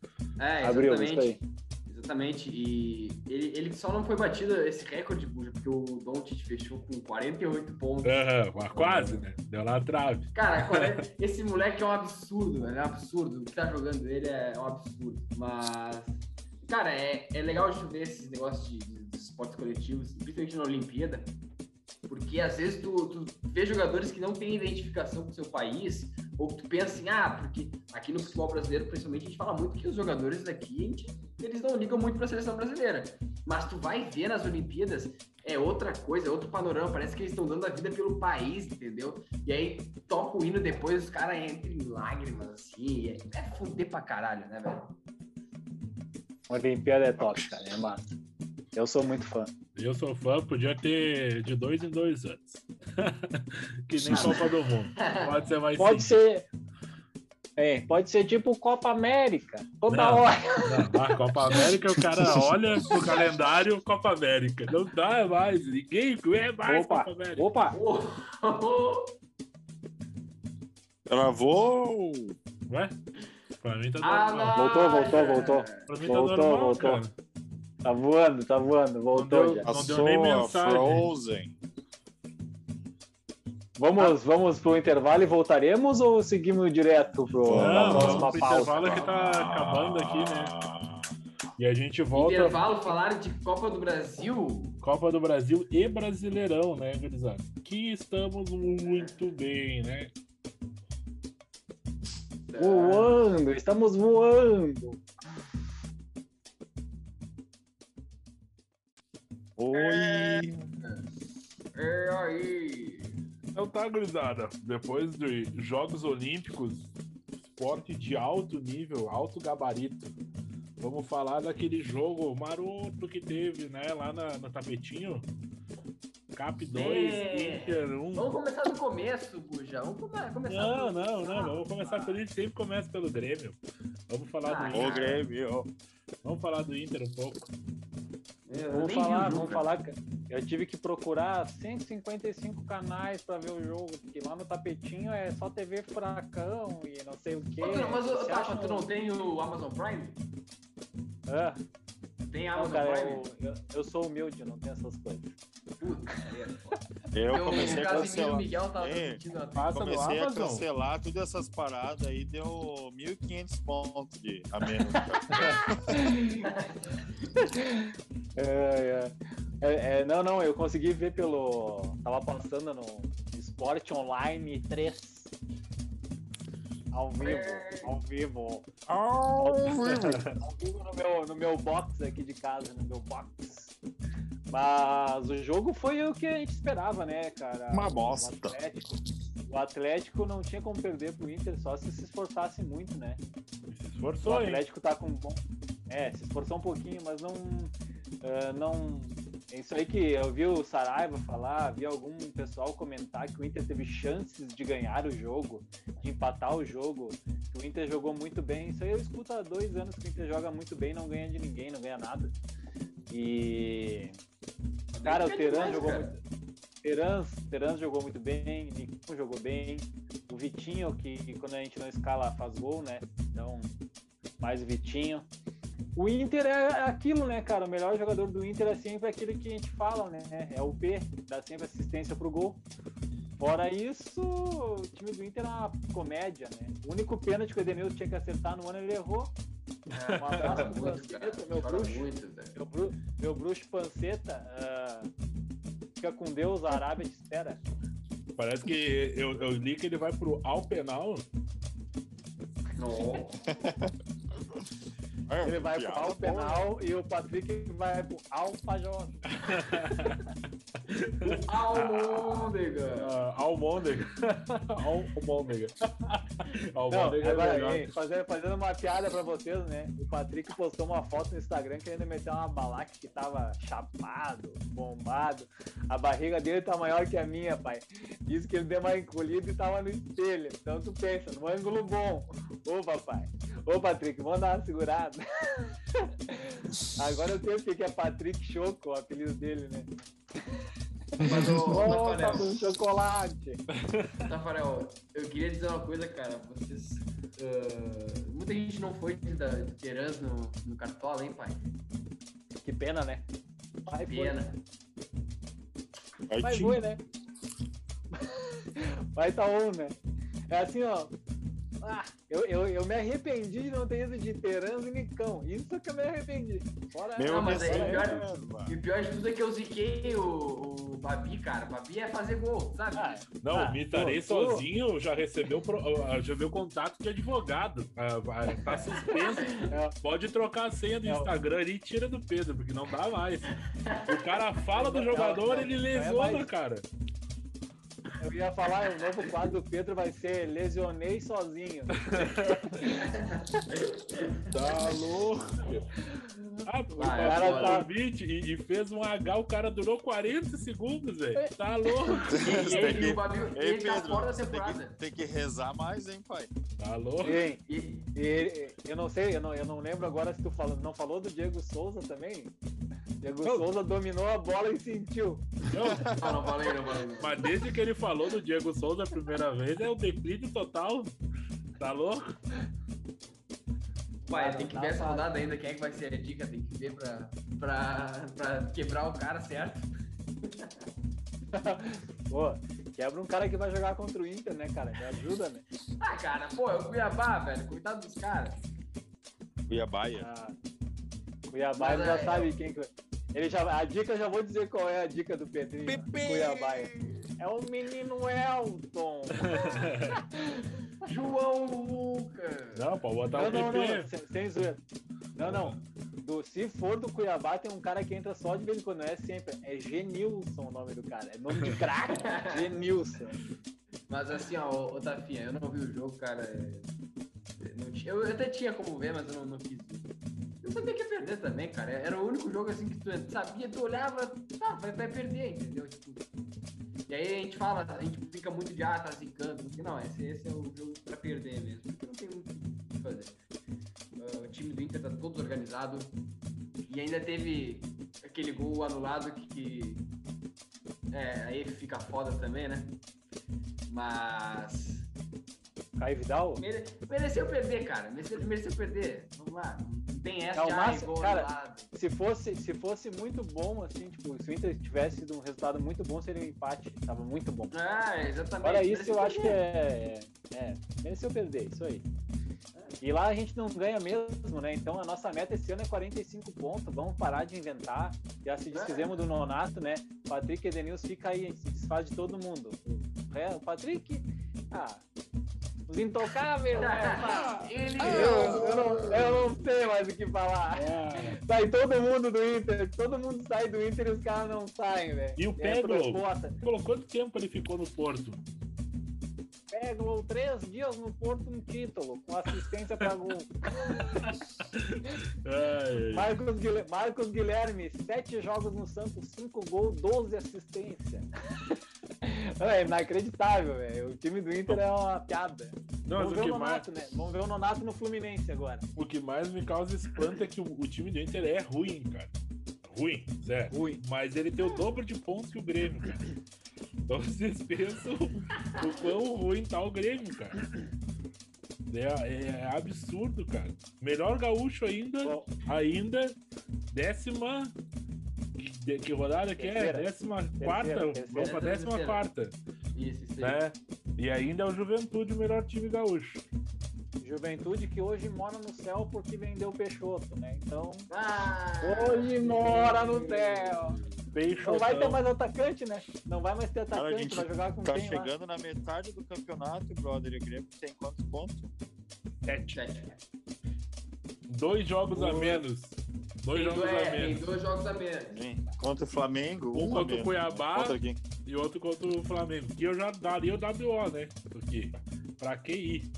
É, Abriu, exatamente. isso aí. Exatamente. E ele, ele só não foi batido esse recorde, Buja, porque o Doncic fechou com quarenta e oito pontos. Aham, mas quase, né? Deu na trave. Cara, quarenta esse moleque é um absurdo, velho. É um absurdo. O que tá jogando ele é um absurdo. Mas, cara, é, é legal de ver esses negócios de, de, de esportes coletivos, principalmente na Olimpíada, porque às vezes tu, tu vê jogadores que não têm identificação com o seu país, ou que tu pensa assim, ah, porque aqui no futebol brasileiro, principalmente, a gente fala muito que os jogadores daqui, a gente, eles não ligam muito pra seleção brasileira. Mas tu vai ver nas Olimpíadas, é outra coisa, é outro panorama, parece que eles estão dando a vida pelo país, entendeu? E aí toca o hino depois, os caras entram em lágrimas, assim, é, é fuder pra caralho, né, velho? Olimpíada é top, cara. É massa. Eu sou muito fã. Eu sou fã, podia ter de dois em dois anos. Que nem Ah, Copa do Mundo. Pode ser mais Pode simples. ser. É, pode ser tipo Copa América. Toda Não. hora. Não, a Copa América, o cara olha pro calendário Copa América. Não dá mais, ninguém é mais Opa, Copa América. opa. Oh, oh, oh. Travou! Ué? Pra mim tá Ah, normal. Voltou, voltou, voltou. Pra mim tá Voltou, normal, voltou. cara. Tá voando, tá voando. Voltou deu- já. Não Passou deu nem a mensagem. Frozen. Vamos, vamos pro intervalo e voltaremos ou seguimos direto pro, Não, pra vamos próxima pro pausa? intervalo que tá acabando aqui, né? E a gente volta. Intervalo, falaram de Copa do Brasil. Copa do Brasil e Brasileirão, né, gurizada? Que estamos muito bem, né? Voando, estamos voando. Oi! É aí. Então tá, gurizada. Depois de Jogos Olímpicos, esporte de alto nível, alto gabarito, vamos falar daquele jogo maroto que teve, né, lá na, no tapetinho. Cap dois, É. Inter um. Vamos começar do começo, Buja. Vamos come- começar Não, do- não, não, vamos começar por isso, sempre começa pelo Grêmio. Vamos falar Ah, do Ô, Inter. Grêmio! Vamos falar do Inter um pouco. Eu Vamos nem vi falar, o jogo, vamos cara. falar. que Eu tive que procurar cento e cinquenta e cinco canais pra ver o jogo, porque lá no tapetinho é só T V Furacão e não sei o quê. Ô, tu- Mas, ô, Você Tafa, acha tu um- não tem o Amazon Prime? Ah, Tem não, Amazon cara, Prime? eu, eu, eu sou humilde, eu não tenho essas coisas. Puta, aí é foda. Eu Porque comecei o a Casimiro cancelar. Miguel tava É, transmitindo a Passa no Comecei a Amazon. cancelar todas essas paradas aí, deu mil e quinhentos pontos de, a menos. cara. É, é. É, é, não, não, eu consegui ver pelo. Tava passando no Esporte Online três. Ao vivo, ao vivo. Ao vivo no meu, no meu box aqui de casa, no meu box. Mas o jogo foi o que a gente esperava, né, cara? Uma O bosta. Atlético, o Atlético não tinha como perder pro Inter só se se esforçasse muito, né? Se O esforçou, hein? Atlético tá com bom. É, se esforçou um pouquinho, mas não. ah, não. É isso aí que eu vi o Saraiva falar, vi algum pessoal comentar que o Inter teve chances de ganhar o jogo, de empatar o jogo, que o Inter jogou muito bem. Isso aí eu escuto há dois anos que o Inter joga muito bem, não ganha de ninguém, não ganha nada. E. Cara, o Ganha Teran demais, jogou cara. muito. Terans, Terans jogou muito bem, Nicão jogou bem, o Vitinho, que, que quando a gente não escala faz gol, né? Então, mais o Vitinho. O Inter é aquilo, né, cara? O melhor jogador do Inter é sempre aquele que a gente fala, né? É o P, dá sempre assistência pro gol. Fora isso, o time do Inter é uma comédia, né? O único pênalti que o Edenilson tinha que acertar no ano, ele errou. É, Um abraço chora pro muito, cara. Panceta, meu Chora bruxo. muito, velho. Meu, bru, meu bruxo Panceta, ah, fica com Deus, a Arábia te espera. Parece que eu, eu li que ele vai pro Al Penal. Não. Ele vai pro Piada Al boa. Penal e o Patrick vai pro Alfajor. Almôndega. Uh, Almôndega. Almôndega. Não, Almôndega é agora, melhor. hein, fazendo, fazendo uma piada pra vocês, né? O Patrick postou uma foto no Instagram querendo meter uma balaca que tava chapado, bombado. A barriga dele tá maior que a minha, pai. Disse que ele deu uma encolhida e tava no espelho. Então tu pensa, no ângulo bom. Ô, papai. Ô, Patrick, vamos dar uma segurada. Agora eu sei porque que é Patrick Choco, o apelido dele, né? Mas, ô, ô, Ô, tá Tafarel, com chocolate. Tafarel, eu queria dizer uma coisa, cara. Vocês. ah, muita gente não foi de, da, de Terans no, no Cartola, hein, pai? Que pena, né? Vai, foi. Pena. Aí Vai, tinha- foi, né? Vai tá on, né? É assim, ó. Ah, eu, eu, eu me arrependi de não ter ido de Terans e Nicão. Isso que eu me arrependi. Fora Meu Não, mas aí, Deus, pior- E o pior de tudo é que eu ziquei o, o Babi, cara. O Babi é fazer gol, sabe? Ah, Não, ah, o Mitarei pô, pô. sozinho já recebeu, pro- ah, já viu contato de advogado. Ah, vai- Tá suspenso. É. Pode trocar a senha do É. Instagram ali e tira do Pedro, porque não dá mais. O cara fala do Não, jogador, não, ele não é lesiona, mais. cara. Eu ia falar, o novo quadro do Pedro vai ser Lesionei sozinho. Tá louco. Ah, o Ah, é cara foda. tá vinte e, e fez um H, o cara durou quarenta segundos, velho. Tá louco. E, Você e, tem e que- o Babi, Ei, ele tá Pedro, fora da você tem temporada. que, tem que rezar mais, hein, pai? Tá louco. Hein? E, E, eu não sei, eu não, eu não lembro agora se tu falou, não falou do Diego Souza também? Diego Não. Souza dominou a bola e sentiu. Não, não, não falei, não falei. mas desde que ele falou do Diego Souza a primeira vez, é o declínio total. Tá louco? Pai, Cara, tem que não ver dá essa pra- rodada ainda, quem é que vai ser a dica, tem que ver pra, pra, pra quebrar o cara, certo? Pô, quebra um cara que vai jogar contra o Inter, né, cara? Me ajuda, né? Ah, cara, pô, é o Cuiabá, velho, coitado dos caras. Cuiabaia. Ah, Cuiabá ele já sabe quem que... Ele já, a dica, eu já vou dizer qual é a dica do Pedrinho. Pepe! Cuiabá. É o menino Elton. João Lucas. Não, pode botar Não, o não, não, P P. sem, sem zoeira. Não, não. Do, se for do Cuiabá, tem um cara que entra só de vez em quando, não é sempre. É Genilson o nome do cara. É nome de craque. Genilson. Mas assim, ó, ô Tafinha, eu não vi o jogo, cara. é, não tinha- Eu até tinha como ver, mas eu não, não quis ver. Eu sabia que ia perder também, cara. Era o único jogo assim que tu sabia, tu olhava, tá, vai, vai perder, entendeu? Tipo, e aí a gente fala, a gente fica muito de ah, tá zicando. Porque não, esse, esse é o jogo pra perder mesmo. Porque não tem muito o que fazer. Ah, o time do Inter tá todo organizado. E ainda teve aquele gol anulado que. que- É, aí fica foda também, né? Mas. Caio Vidal? mere- Mereceu perder, cara. Mereceu, mereceu perder. Vamos lá. Não tem essa Não, de mas, ah, gol cara, anulado. Se fosse, se fosse muito bom, assim, tipo, se o Inter tivesse sido um resultado muito bom, seria um empate. Tava muito bom. Ah, exatamente. Fora isso, Mereceu eu acho que perder. é, é. Mereceu perder, isso aí. E lá a gente não ganha mesmo, né? Então a nossa meta esse ano é quarenta e cinco pontos. Vamos parar de inventar. Já se desfizemos do Nonato, né? Patrick Edenilson fica aí, se desfaz de todo mundo. É, o Patrick, ah, os intocáveis, né? Ah, Ele. eu, eu, não, eu não sei mais o que falar. É. Sai todo mundo do Inter, todo mundo sai do Inter e os caras não saem, velho. E o É Pedro? proposta. Pô, quanto tempo ele ficou no Porto? Pegam três dias no Porto um título, com assistência para gol. Ai, Marcos, Guilherme, Marcos Guilherme, sete jogos no Santos, cinco gols, doze assistências. É inacreditável, velho. O time do Inter é uma piada. Não, mas Vamos o ver que o Nonato, né? Vamos ver o Nonato no Fluminense agora. O que mais me causa espanto é que o, o time do Inter é ruim, cara. Ruim, sério. Ruim. Mas ele tem o dobro de pontos que o Grêmio, cara. Então vocês pensam o quão ruim tá o Grêmio, cara. É, é absurdo, cara. Melhor gaúcho ainda, Bom. ainda, décima. Que, que rodada que é? Terceira. Décima Terceira, quarta? terceira. Vamos pra décima quarta. Isso, isso aí. Né? E ainda é o Juventude o melhor time gaúcho. Juventude que hoje mora no céu porque vendeu o Peixoto, né? Então, Ah, hoje mora no céu. Peixotão. Não vai ter mais atacante, né? Não vai mais ter Cara, a atacante, gente vai jogar com tá quem lá? chegando na metade do campeonato, brother. E o Grêmio tem quantos pontos? Sete. sete. Dois jogos a Boa. menos. Dois Tem, jogos dois- a é, tem menos. dois jogos a menos. Hein? Contra o Flamengo, Um a contra o menos. Cuiabá. Contra quem? E outro contra o Flamengo. Que eu já daria o W O, né? Porque pra que ir?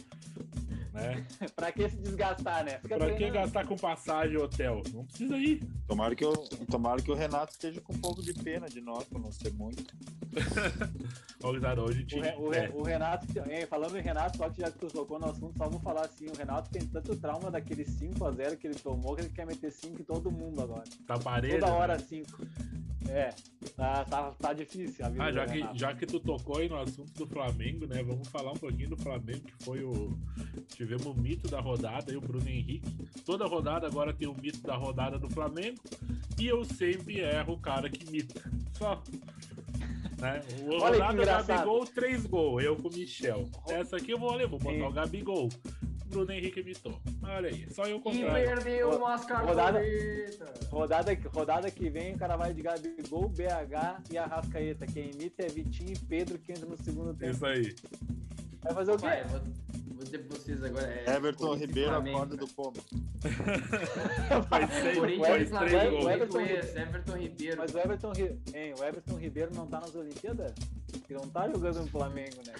Né? Pra que se desgastar, né? Fica Pra que treinando. gastar com passagem e hotel? Não precisa ir. Tomara que, eu, tomara que o Renato esteja com um pouco de pena de nós, pra não ser muito. Ó, Guizardo, hoje O, tinha. Re- o, é, Re- o Renato, hein, falando em Renato, só que já que tu tocou no assunto, só vou falar assim, o Renato tem tanto trauma daquele cinco a zero que ele tomou que ele quer meter cinco em todo mundo agora. tá parede. Toda hora né? cinco. É, tá, tá, tá difícil a vida Ah, do já que, Renato. já que tu tocou aí no assunto do Flamengo, né? Vamos falar um pouquinho do Flamengo, que foi o. Tivemos o mito da rodada aí, o Bruno Henrique. Toda rodada agora tem o mito da rodada do Flamengo. E eu sempre erro o cara que imita. Só. Né? O Olha que rodada do engraçado. Gabigol, três gols. Eu com o Michel. Essa aqui eu vou ler, vou botar Sim. o Gabigol. Bruno Henrique imitou. Olha aí, só eu E contrário. perdeu umas Rodada- cartoletas. Rodada, rodada que vem, o cara vai de Gabigol, B H e Arrascaeta. Quem imita é Vitinho e Pedro, que entra no segundo tempo. Isso aí. Vai fazer o quê? Vai, vou, vou dizer pra vocês agora. É, Everton Corinthians e Ribeiro, a Flamengo, corda cara. do pombo. Faz seis, Corinthians faz e três Flamengo, gols. o Everton- esse, Everton Ribeiro. Mas o Everton, Ri- hein, o Everton Ribeiro não tá nas Olimpíadas? Que não tá jogando no Flamengo, né?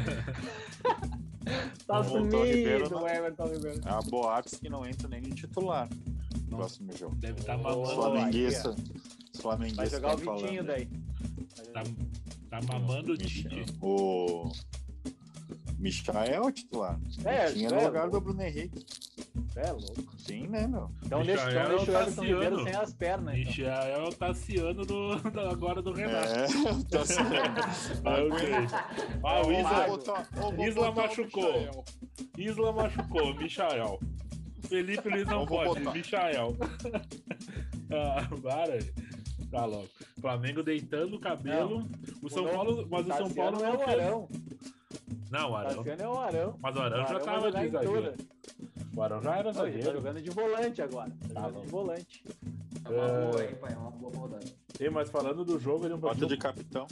Tá O Everton Ribeiro sumido não- o Everton Ribeiro. Há boatos que não entra nem de titular no próximo jogo. Deve estar Os Oh, mamando. flamenguistas, os Vai flamenguistas jogar o estão Vitinho falando. daí. Tá, tá mamando o Michel- Tite. O Michael é o titular. É, Tinha é, no lugar louco. do Bruno Henrique. É louco. Sim, né, meu? Então Michael deixa, então é o deixa o Everton Tassiano. Ribeiro sem as pernas. Então. Michel é o Tassiano do, do- agora do Renato. É, tá certo. Ah, ok. Ah, o Isla, botar- eu vou Isla botar o machucou. Michael. Isla machucou, Michael. Felipe Luiz não Eu vou pode, botar. Michael. Ah, para. Tá louco. Flamengo deitando o cabelo. O São O Paulo, mas o São Tassiano Paulo é não o fez. Arão. Não, o Arão. Tassiano é o Arão. Mas o Arão O já Arão vai tava de jogar em exagero. todas. O Arão já era Não, ele tá zagueiro. jogando de volante agora. Tá Tá jogando bom. de volante. É uma É. boa aí, pai. É uma boa rodada. Sim, mas falando do jogo, ele é um Bota pouquinho... de capitão.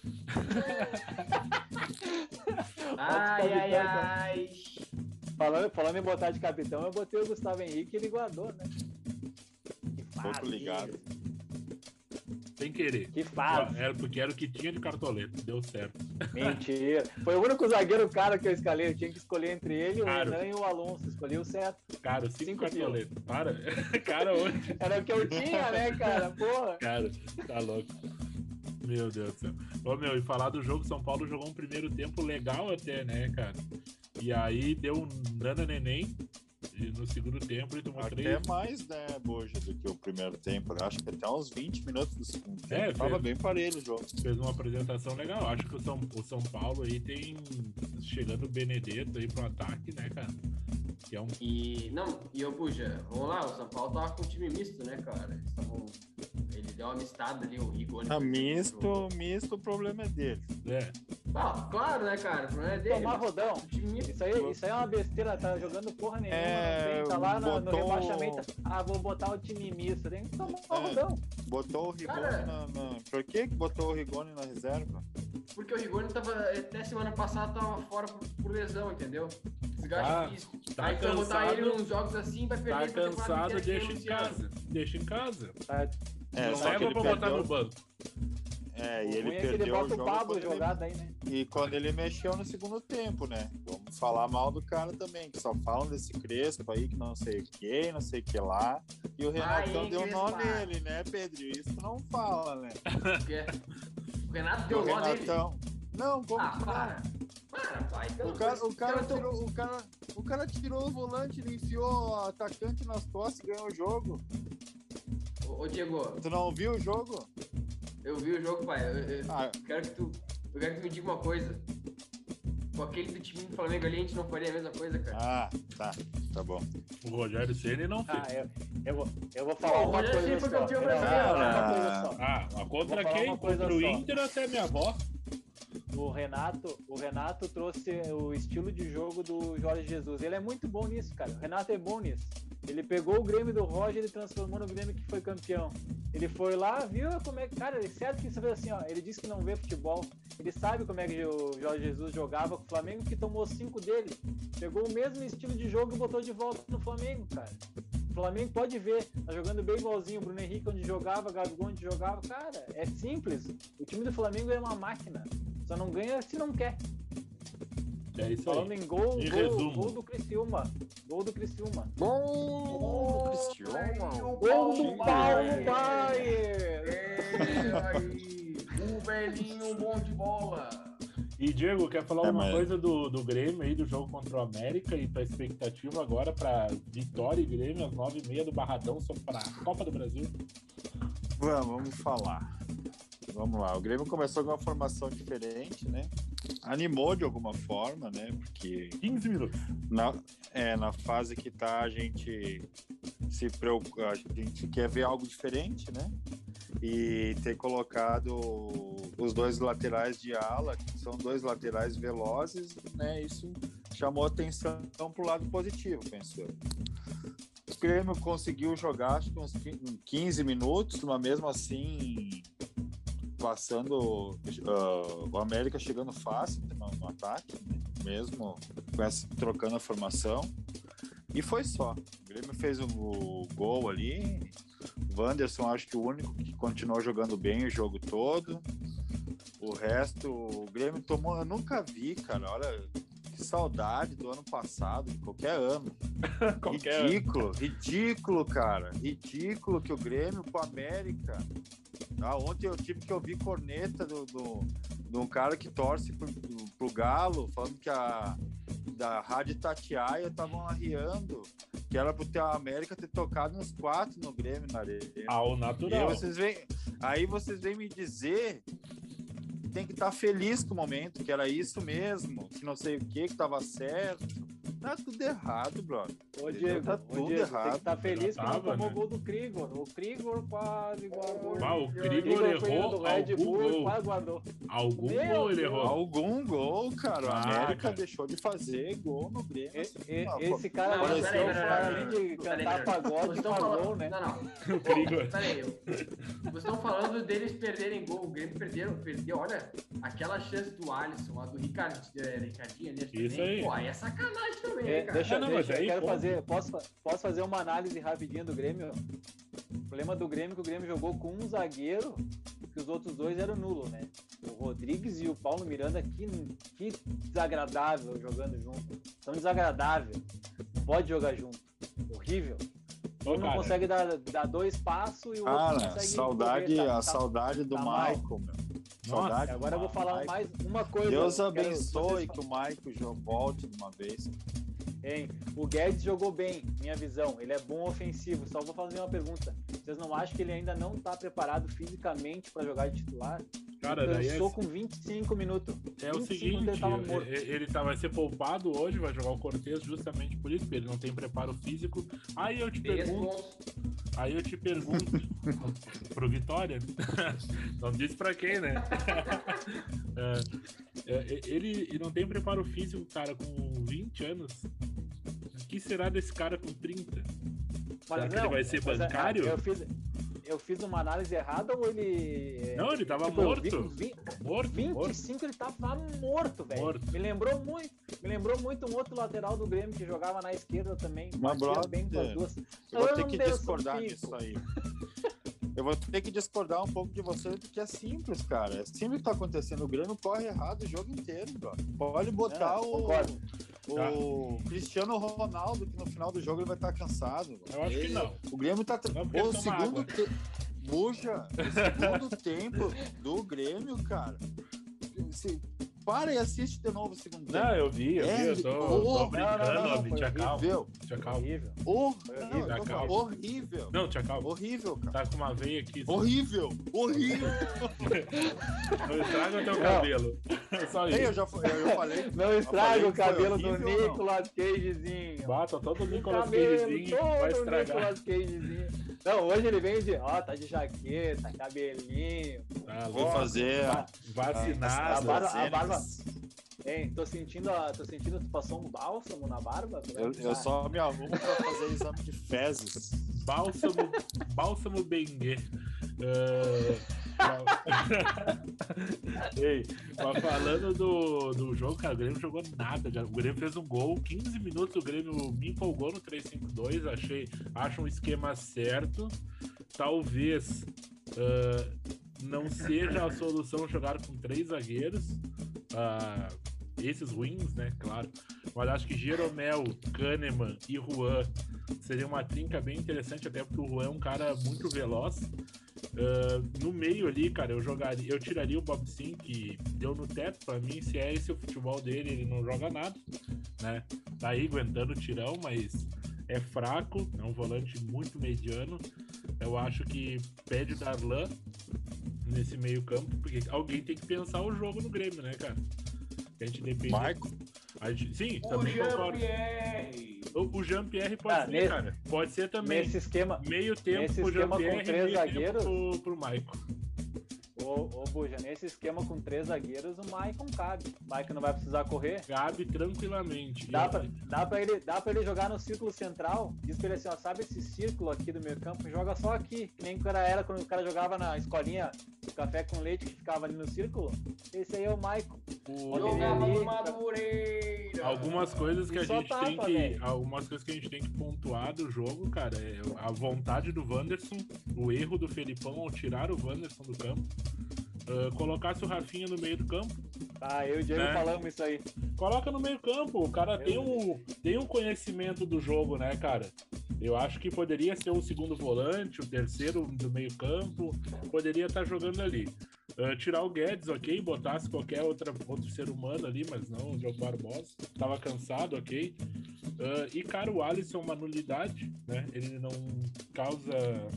Ai, ai, capitão, ai. Falando, falando em botar de capitão, eu botei o Gustavo Henrique e ele guardou, né? Que Pouco fase. ligado. Sem querer. Que fase. Era porque era o que tinha de cartoleta. Deu certo. Mentira. Foi o único zagueiro cara que eu escalei. Eu tinha que escolher entre ele, o Claro. Renan e o Alonso. Escolhi o certo. Cara, cinco, Cinco cartoletas. Para. Cara, hoje. Era o que eu tinha, né, cara? Porra. Cara, tá louco. Meu Deus do céu. Ô, meu, e falar do jogo, São Paulo jogou um primeiro tempo legal até, né, cara? E aí deu um nana neném. E no segundo tempo ele tomou Até três. mais, né, Boja, do que o primeiro tempo. Eu acho que até uns vinte minutos do segundo tempo. É, Tava fez- bem parelho o jogo. Fez uma apresentação legal. Acho que o São, o São Paulo aí tem. Chegando o Benedetto aí pro ataque, né, cara? Que é um. E, não, e eu, puxa, vamos lá, o São Paulo tava com um time misto, né, cara? Eles tavam, ele deu uma mistada ali, o Rigoni. Ah, misto, misto, o problema é dele. É, Ah, claro, né, cara? O problema é dele. Tomar rodão. O time misto. Isso aí, isso aí é uma besteira, tá jogando porra nenhuma. É, não tem, tá lá no, no botou- rebaixamento. Ah, vou botar o time misto. Tem que tomar É. rodão. Botou o Rigoni Cara. na, na... Por que que botou o Rigoni na reserva? Porque o Rigoni tava, até semana passada, tava fora por, por lesão, entendeu? Desgaste Tá- físico. tá Aí se eu botar cansado- ele nos jogos assim, vai perder tá a temporada cansado, inteira que deixa em tem o Luciano. casa. Deixa em casa. Tá? É, Não só que leva ele pra botar perdeu... no banco. É, e O ele ruim é que ele perdeu o bota o jogo Pablo quando ele- jogado aí, né? E quando ele mexeu no segundo tempo, né? Vamos falar mal do cara também, que só falam desse Crespo aí, que não sei o que, não sei o que lá. E o Renatão hein, deu nó Crespa? nele, né, Pedro? Isso não fala, né? Porque O Renato deu o nó nele. Renatão. Não, como Ah, que não? para. Para, pai. O cara, o, cara Eu tô- tirou, o, cara, o cara tirou o volante, ele enfiou o atacante nas costas e ganhou o jogo. Ô, ô, Diego, Tu não viu o jogo? eu vi o jogo, pai. Eu, eu- Ah, quero que tu, eu quero que tu me diga uma coisa. Com aquele do time do Flamengo ali, a gente não faria a mesma coisa, cara. ah, tá, tá bom. O Rogério Ceni não fez. Ah, eu, eu, vou, eu vou falar Pô, uma olha coisa assim, foi só. campeão Não, eu vou brasileiro, falar uma cara. coisa só. Ah, mas contra Vou falar quem? uma coisa Contra o só. Inter até minha avó. O Renato, o Renato trouxe o estilo de jogo do Jorge Jesus. Ele é muito bom nisso, cara. O Renato é bom nisso. Ele pegou o Grêmio do Roger e transformou no Grêmio que foi campeão. Ele foi lá, viu como é que... Cara, ele certo que você vê assim, ó. Ele disse que não vê futebol. Ele sabe como é que o Jorge Jesus jogava com o Flamengo, que tomou cinco dele. Pegou o mesmo estilo de jogo e botou de volta no Flamengo, cara. O Flamengo pode ver, tá jogando bem igualzinho o Bruno Henrique onde jogava, Gabigol onde jogava. Cara, é simples. O time do Flamengo é uma máquina. Só não ganha se não quer. É isso Falando aí. em gol, Em gol, resumo. gol do Criciúma. Gol do Criciúma. Bom, Cristiano. Gol do Paulo Paulo Baier. Baier. É aí, o velhinho bom de bola. E Diego, quer falar É, alguma mas- coisa do, do Grêmio aí, do jogo contra o América e tua expectativa agora pra Vitória e Grêmio às nove e meia do Barradão sobre para a Copa do Brasil? Vamos, vamos falar. Vamos lá. O Grêmio começou com uma formação diferente, né? Animou de alguma forma, né? Porque quinze minutos. na, é, na fase que tá, a gente se preocupa, a gente quer ver algo diferente, né? E ter colocado os dois laterais de ala, que são dois laterais velozes, né? Isso chamou atenção para o lado positivo, penso eu. O Grêmio conseguiu jogar acho que uns quinze minutos, mas mesmo assim passando uh, o América chegando fácil no, no ataque, né? Mesmo com essa, trocando a formação. E foi só. O Grêmio fez o, o gol ali. O Wanderson acho que o único que continuou jogando bem o jogo todo. O resto, o Grêmio tomou. Eu nunca vi, cara. Olha que saudade do ano passado, de qualquer ano. Qualquer ridículo, ridículo, cara. Ridículo que o Grêmio com o América. Ah, ontem eu tive que ouvir corneta do, do, de um cara que torce pro, pro Galo, falando que a da Rádio Itatiaia estavam arriando, que era pro ter a América ter tocado uns quatro no Grêmio na areia. Ao E aí natural. vocês vêm, aí vocês vêm me dizer que tem que estar feliz com o momento, que era isso mesmo, que não sei o que, que tava certo. Tá tudo errado, brother. Ô, Diego, tá ô, tudo Diego, errado. tem que estar feliz Já que não tava, tomou né? gol do Krigor. O Krigor quase guardou. Ah, o Krigor Krigor foi errou do Red algum Bull e gol. quase guardou. Algum Meu gol ele Deus. errou. Algum gol, cara. O Ah, América cara. deixou de fazer gol no Grêmio. E- assim, e- ó, esse cara Não, mas pareceu, peraí, peraí, cara, peraí, além de peraí, cantar peraí. pagode, Vocês estão faz falando... gol, né? Não, não. O Krigor. Peraí, eu... vocês estão falando deles perderem gol. O Grêmio perdeu, perdeu. Olha, aquela chance do Alisson, a do Ricard, é, Ricardinho ali. Isso também. aí. Pô, aí é sacanagem também, É, cara. deixa, Ah, não, deixa, mas eu aí, quero pô. fazer, posso, posso fazer uma análise rapidinha do Grêmio? O problema do Grêmio é que o Grêmio jogou com um zagueiro, que os outros dois eram nulo, né? O Rodrigues e o Paulo Miranda, que, que desagradável jogando junto. Tão desagradável. Não pode jogar junto. Horrível. Ô, Um não cara, consegue dar, dar dois passos e o outro não Cara, consegue saudade, correr, tá- a tá- saudade do tá mal. Maicon, meu. Saudade Agora do eu vou falar Maicon. mais uma coisa. Deus eu quero- abençoe vocês- que o Maicon já volte de uma vez. Hein? O Guedes jogou bem, minha visão. Ele é bom ofensivo. Só vou fazer uma pergunta. Vocês não acham que ele ainda não está preparado fisicamente para jogar de titular? Cara, ele daí é, cansou com vinte e cinco minutos. é o vinte e cinco seguinte, ele tava morto. ele, ele tá, vai ser poupado hoje, vai jogar o Cortez justamente por isso, porque ele não tem preparo físico. Aí eu te Tem pergunto, bons. aí eu te pergunto, pro Vitória, não disse pra quem, né? É, é, ele, ele não tem preparo físico, cara, com vinte anos. O que será desse cara com trinta? Será que ele vai ser mas, é, bancário? Eu fiz, eu fiz uma análise errada ou ele. Não, ele tava Tipo, eu vi morto. com vi- Morto, morto. vinte e cinco ele tava morto, velho. Morto. Me lembrou muito, me lembrou muito um outro lateral do Grêmio que jogava na esquerda também. Mas, batia bem com as brother, duas. Eu vou ter que Anderson discordar Pico. disso aí. Eu vou ter que discordar um pouco de você, porque é simples, cara. É simples o que tá acontecendo. O Grêmio corre errado o jogo inteiro, brother. Pode botar É, o, concordo. o Cristiano Ronaldo, que no final do jogo ele vai estar cansado. Eu acho que não. O Grêmio tá... Não, porque o toma segundo água. te... Buja, o segundo tempo do Grêmio, cara. Se... Para e assiste de novo o segundo tempo. Não, eu vi, eu vi, É, eu tô, oh, tô não, brincando, não, não, homem, foi tinha calma, Horrível. tinha calma. Horrível. Hor... Foi Não, horrível, eu tô calma. falando, horrível. Não, tinha calma. Horrível, cara. Tá com uma veia aqui. Horrível. Horrível. Não estraga o teu Não. cabelo. Só Ei, isso. eu já, eu já falei. Não estraga falei o que foi cabelo do horrível, não. Nicolas Cagezinho. Bata todo O Nicolas cabelo Cagezinho vai todo estragar. Nicolas Cagezinho. Não, hoje ele vem de, ó, tá de jaqueta, cabelinho. Tá Vou louco. fazer a, Vacinado. a barba- a barba- Cenas. Hein, tô sentindo, a, tô sentindo, tu passou um bálsamo na barba? Como é Eu, que eu tá? só me arrumo pra fazer exame de fezes. Bálsamo, bálsamo Bengue. Ei, mas falando do, do jogo, cara, o Grêmio jogou nada, cara. O Grêmio fez um gol, quinze minutos, o Grêmio me empolgou no três cinco dois, achei, acho um esquema certo. Talvez ah, não seja a solução jogar com três zagueiros, ah, esses ruins, né, claro. Mas acho que Jeromel, Kahneman e Juan seria uma trinca bem interessante, até porque o Juan é um cara muito veloz. Uh, no meio ali, cara, eu jogaria, eu tiraria o Bob Sim, que deu no teto. Pra mim, se é esse o futebol dele, ele não joga nada, né? Tá aí aguentando o tirão, mas é fraco, é um volante muito mediano. Eu acho que pede o Darlan nesse meio campo, porque alguém tem que pensar o jogo no Grêmio, né, cara? A gente depende. Marco. A gente, sim, O também concordo. Jean-Pierre. O, o Jean-Pierre pode Ah, ser, nesse- cara. Pode ser também. Nesse esquema, Meio tempo nesse pro esquema com Jean-Pierre e três meio zagueiros? tempo pro, pro Maicon. ô, ô Buja, nesse esquema com três zagueiros, o Maicon cabe. O Maicon não vai precisar correr. Cabe tranquilamente. Dá E- pra, dá, pra ele, dá pra ele jogar no círculo central. Diz pra ele assim, ó, sabe esse círculo aqui do meio campo? Joga só aqui. Que nem o cara era quando o cara jogava na escolinha do café com leite que ficava ali no círculo. Esse aí é o Maicon. o- Olha ele Jogava ali, no Madureira. Algumas coisas que a E só gente tapa, tem que. velho. Algumas coisas que a gente tem que pontuar do jogo, cara, é a vontade do Wanderson, o erro do Felipão ao tirar o Wanderson do campo. Uh, colocasse o Rafinha no meio do campo. Ah, eu e o Diego Né? falamos isso aí. Coloca no meio campo. O cara Meu tem um, tem um conhecimento do jogo, né, cara? Eu acho que poderia ser o segundo volante, o terceiro do meio campo. Poderia estar jogando ali. Uh, tirar o Guedes, ok? Botasse qualquer outra, outro ser humano ali, mas não o Diogo Barbosa. Tava cansado, ok? Uh, e, cara, o Alisson é uma nulidade, né? Ele não causa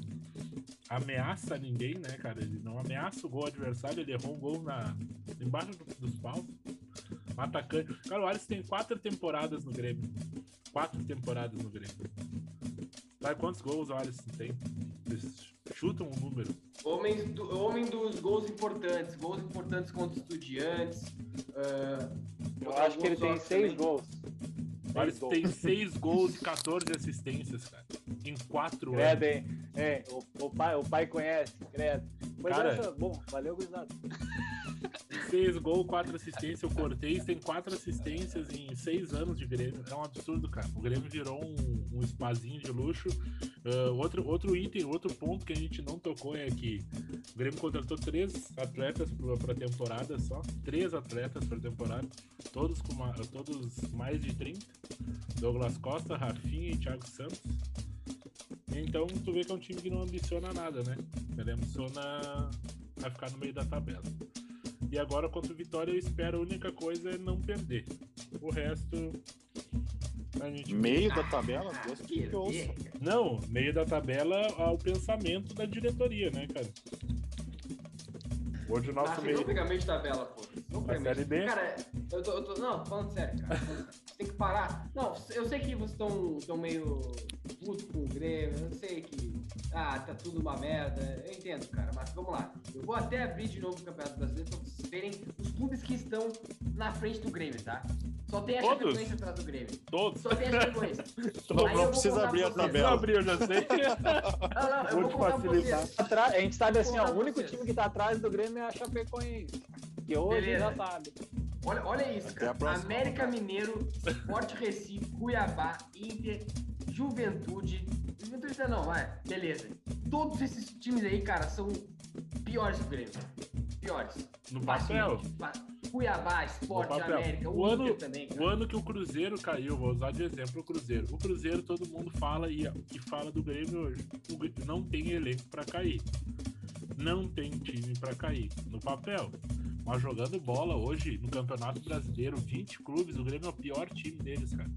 ameaça a ninguém, né, cara? Ele não ameaça o gol adversário, ele errou um gol na, embaixo do- dos paus. Um atacante. Cara, o Alisson tem quatro temporadas no Grêmio. quatro temporadas no Grêmio. Sabe quantos gols o Alisson tem? Eles chutam um número. Homem, do, homem dos gols importantes. Gols importantes contra Estudiantes. Uh, Eu acho que ele tem seis gols. O Alisson tem seis gols e quatorze assistências, cara. Em quatro credo, anos. Hein? É, o, o, pai, o pai conhece, credo. Pois cara, essa, bom, valeu, gurizada. Seis gols, quatro assistências. O Cortez tem quatro assistências em seis anos de Grêmio. É um absurdo, cara. O Grêmio virou um, um spazinho de luxo. Uh, outro, outro item, outro ponto que a gente não tocou é que o Grêmio contratou três atletas para a temporada só. Três atletas para a temporada. Todos com uma, todos mais de trinta. Douglas Costa, Rafinha e Thiago Santos. Então tu vê que é um time que não ambiciona nada, né? Ele ambiciona a ficar no meio da tabela. E agora contra o Vitória eu espero a única coisa é não perder. O resto a gente... Meio da tabela? Ah, Deus que que ouça. Não, meio da tabela ao pensamento da diretoria, né, cara? Hoje o nosso Nossa, meio... não pegar meio de tabela, pô. Não A pegar Série meio. B? Cara, eu tô, eu tô... Não, tô falando sério, cara. Você tem que parar. Não, eu sei que vocês estão meio puto com o Grêmio. Eu sei que... Ah, tá tudo uma merda. Eu entendo, cara. Mas vamos lá. Eu vou até abrir de novo o Campeonato Brasileiro pra vocês verem os clubes que estão na frente do Grêmio, tá? Só tem a Todos? Chapecoense atrás do Grêmio. Todos. Só tem a Chapecoense. Não, Aí eu não vou precisa contar abrir pra a vocês. tabela. Não abriu, eu já sei. Não, não, eu Vou vou te contar pra facilitar. vocês. Atra- A gente sabe assim, ó, Contar o único vocês. time que tá atrás do Grêmio é a Chapecoense. Que hoje Beleza. já sabe. Olha, olha isso, Até a cara. próxima. América Mineiro, Sport Recife, Cuiabá, Inter, Juventude. Juventude não, vai. Beleza. Todos esses times aí, cara, são piores que o Grêmio. Piores. No papel. Facilmente. Cuiabá, Sport, No papel. América, O o ano, Inter também, cara. o ano que o Cruzeiro caiu, vou usar de exemplo o Cruzeiro. O Cruzeiro todo mundo fala e, e fala do Grêmio hoje. O Grêmio não tem elenco pra cair. Não tem time pra cair. No papel. Mas jogando bola hoje, no Campeonato Brasileiro, vinte clubes, o Grêmio é o pior time deles, cara.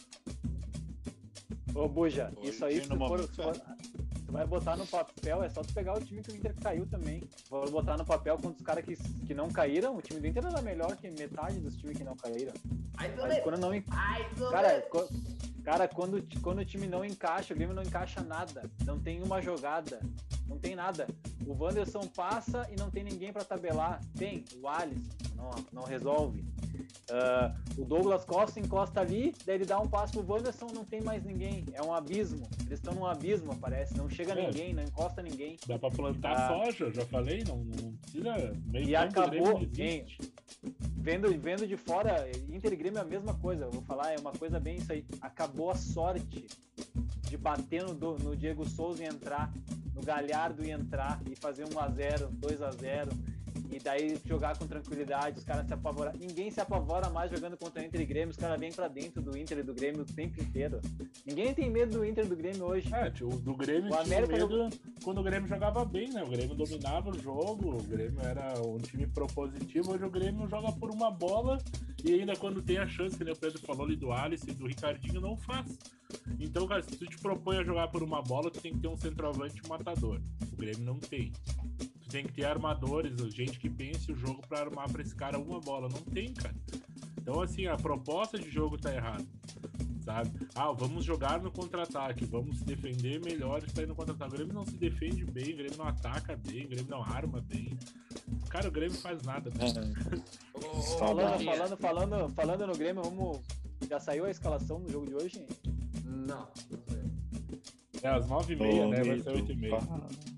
Ô, Buja, Hoje isso aí, tem se no tu, for, momento, se for- tu vai botar no papel, é só tu pegar o time que o Inter caiu também. Vou botar no papel contra os caras que, que não caíram. O time do Inter era melhor que metade dos times que não caíram. Ai, Mas Doleiro. quando não, en- Ai, cara, Doleiro. co- cara quando, quando o time não encaixa, o Grêmio não encaixa nada. Não tem uma jogada. Não tem nada. O Wanderson passa e não tem ninguém pra tabelar. Tem, o Alisson, não, não resolve. Ah, o Douglas Costa encosta ali, daí ele dá um passo pro Wanderson, não tem mais ninguém. É um abismo. Eles estão num abismo, parece. Não chega É. ninguém, não encosta ninguém. Dá pra plantar Ah. soja, já falei, não, não precisa. Meio E campo do Grêmio acabou, não existe. Vendo, vendo de fora, Inter e Grêmio é a mesma coisa. Eu vou falar, é uma coisa bem isso aí. Acabou a sorte de bater no, do- no Diego Souza e entrar, no Galhardo e entrar e fazer um a zero, dois a zero. E daí jogar com tranquilidade, os caras se apavorar. Ninguém se apavora mais jogando contra o Inter e Grêmio, os caras vêm pra dentro do Inter e do Grêmio o tempo inteiro. Ninguém tem medo do Inter e do Grêmio hoje. É, tio, o do Grêmio O tinha América medo quando o Grêmio jogava bem, né? O Grêmio dominava o jogo, o Grêmio era um time propositivo, hoje o Grêmio joga por uma bola e ainda quando tem a chance, que nem o Pedro falou ali do Alisson e do Ricardinho, não faz. Então, cara, se tu te propõe a jogar por uma bola, tu tem que ter um centroavante matador. O Grêmio não tem. Tu tem que ter armadores, gente que pense o jogo pra armar pra esse cara uma bola. Não tem, cara. Então, assim, a proposta de jogo tá errada, sabe? Ah, vamos jogar no contra-ataque, vamos se defender melhor e sair no contra-ataque. O Grêmio não se defende bem, o Grêmio não ataca bem, o Grêmio não arma bem. Cara, o Grêmio faz nada. Né? Ô, ô, Falando, Boquinha. falando, falando, falando no Grêmio, vamos. Já saiu a escalação do jogo de hoje? Não, não sei. É às nove e meia, né? Vai ser oito e meia.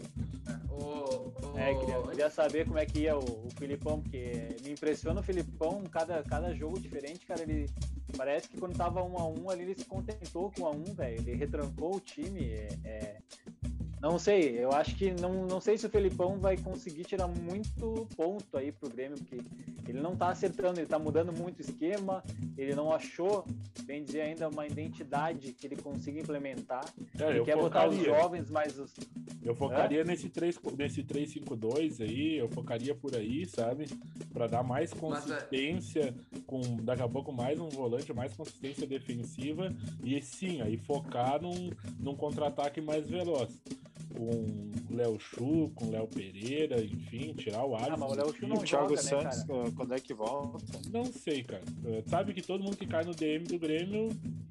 Ô, ô, É, queria, queria saber como é que ia o, o Filipão, porque me impressiona o Filipão, cada, cada jogo diferente, cara, ele parece que quando tava um a um ali, ele se contentou com um a um, velho, ele retrancou o time, é, é, não sei, eu acho que, não, não sei se o Filipão vai conseguir tirar muito ponto aí pro Grêmio, porque ele não tá acertando, ele tá mudando muito o esquema, ele não achou, bem dizer ainda, uma identidade que ele consiga implementar, É, ele eu quer botar os focaria. jovens, mas os... Eu focaria nesse três nesse três cinco dois aí, eu focaria por aí, sabe? Pra dar mais consistência, com daqui a pouco mais um volante, mais consistência defensiva e sim, aí focar num, num contra-ataque mais veloz. Com Léo Chu, com Léo Pereira, enfim, tirar o Alisson. Ah, mas o Léo Chu E não o Thiago joga, né, Santos, cara? uh, quando é que volta? Não sei, cara. Uh, Sabe que todo mundo que cai no D M do Grêmio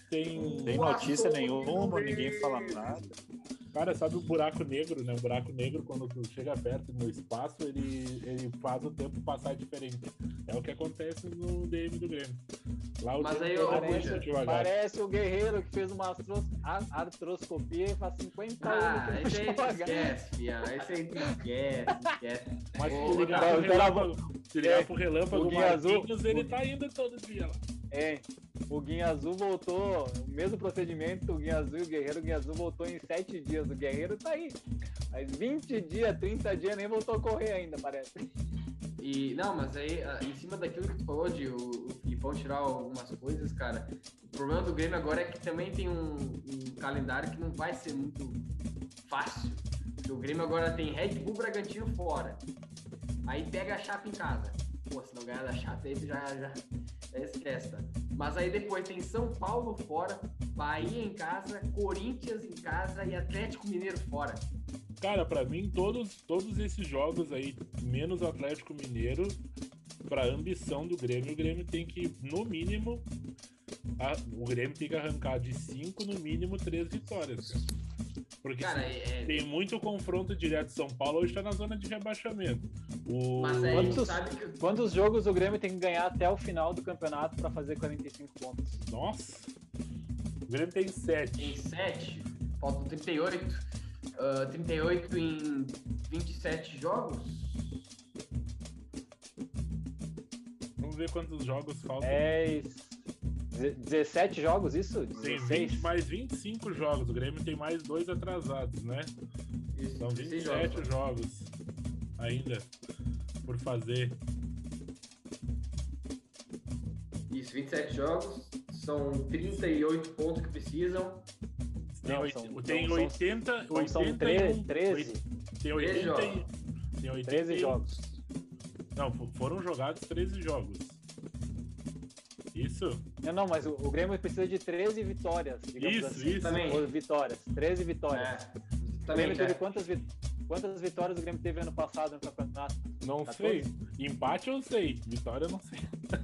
tem. Tem notícia nenhuma, ninguém fala nada. Cara, sabe o buraco negro, né? O buraco negro, quando tu chega perto no espaço, ele, ele faz o tempo passar diferente. É o que acontece no D M do Grêmio. Lá o Mas tempo aí, passa ô, muito Buja, devagar. Parece o guerreiro que fez uma astros- a- artroscopia e faz cinquenta Ah, anos esse que aí não tu joga. esquece, fião. Esse aí tu esquece, esquece. Mas se Ô, tu ligar não, pro o cara- relâmpago, se ligar é, pro relâmpago o Guinha Azul- Marquinhos, ele tá indo todo dia lá. É, o Guinha Azul voltou, o mesmo procedimento, o Guinha Azul e o Guerreiro, o Guinha Azul voltou em sete dias, o Guerreiro tá aí. Mas vinte dias, trinta dias, nem voltou a correr ainda, parece. E, não, mas aí, ah, em cima daquilo que tu falou de o, o Filipão tirar algumas coisas, cara, o problema do Grêmio agora é que também tem um, um calendário que não vai ser muito fácil. Porque o Grêmio agora tem Red Bull Bragantino fora. Aí pega a Chape em casa. Pô, se não ganhar da Chape, aí tu já, já, já esquece, tá? Mas aí depois tem São Paulo fora, Bahia em casa, Corinthians em casa e Atlético Mineiro fora. Cara, pra mim, todos, todos esses jogos aí, menos o Atlético Mineiro, pra ambição do Grêmio, o Grêmio tem que, no mínimo, a- o Grêmio tem que arrancar de cinco, no mínimo, três vitórias, cara. Porque Cara, se- é- tem muito confronto direto. São Paulo hoje tá na zona de rebaixamento. O... Mas aí a gente Quantos- sabe que... Quantos jogos o Grêmio tem que ganhar até o final do campeonato pra fazer quarenta e cinco pontos? Nossa! O Grêmio tem sete. Em sete, faltam trinta e oito. Ah, trinta e oito em vinte e sete jogos? Vamos ver quantos jogos faltam. dez, dezessete jogos, isso? Tem dezesseis? vinte, mais vinte e cinco jogos. O Grêmio tem mais dois atrasados, né? Isso, São dezesseis vinte e sete jogos ainda por fazer. Isso, vinte e sete jogos. São trinta e oito pontos que precisam. Tem, Não, oit- são- tem são- oitenta, Então são oitenta e um, treze, oit- tem treze oitenta, e- jogos. tem oitenta treze e um. jogos. Não, fo- foram jogados treze jogos. Isso? Não, não, mas o, o Grêmio precisa de treze vitórias, digamos Isso, assim. isso. Também. Ou vitórias, treze vitórias. É, O também, Grêmio teve é. quantas, vi- quantas vitórias o Grêmio teve ano passado no campeonato? Não quatorze? sei. Empate eu sei. Vitória eu não sei.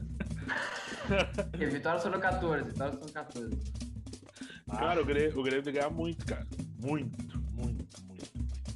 Porque vitórias foram quatorze, vitórias foram quatorze. Ah. Cara, o Grêmio, o Grêmio tem que ganhar muito, cara. Muito, muito, muito.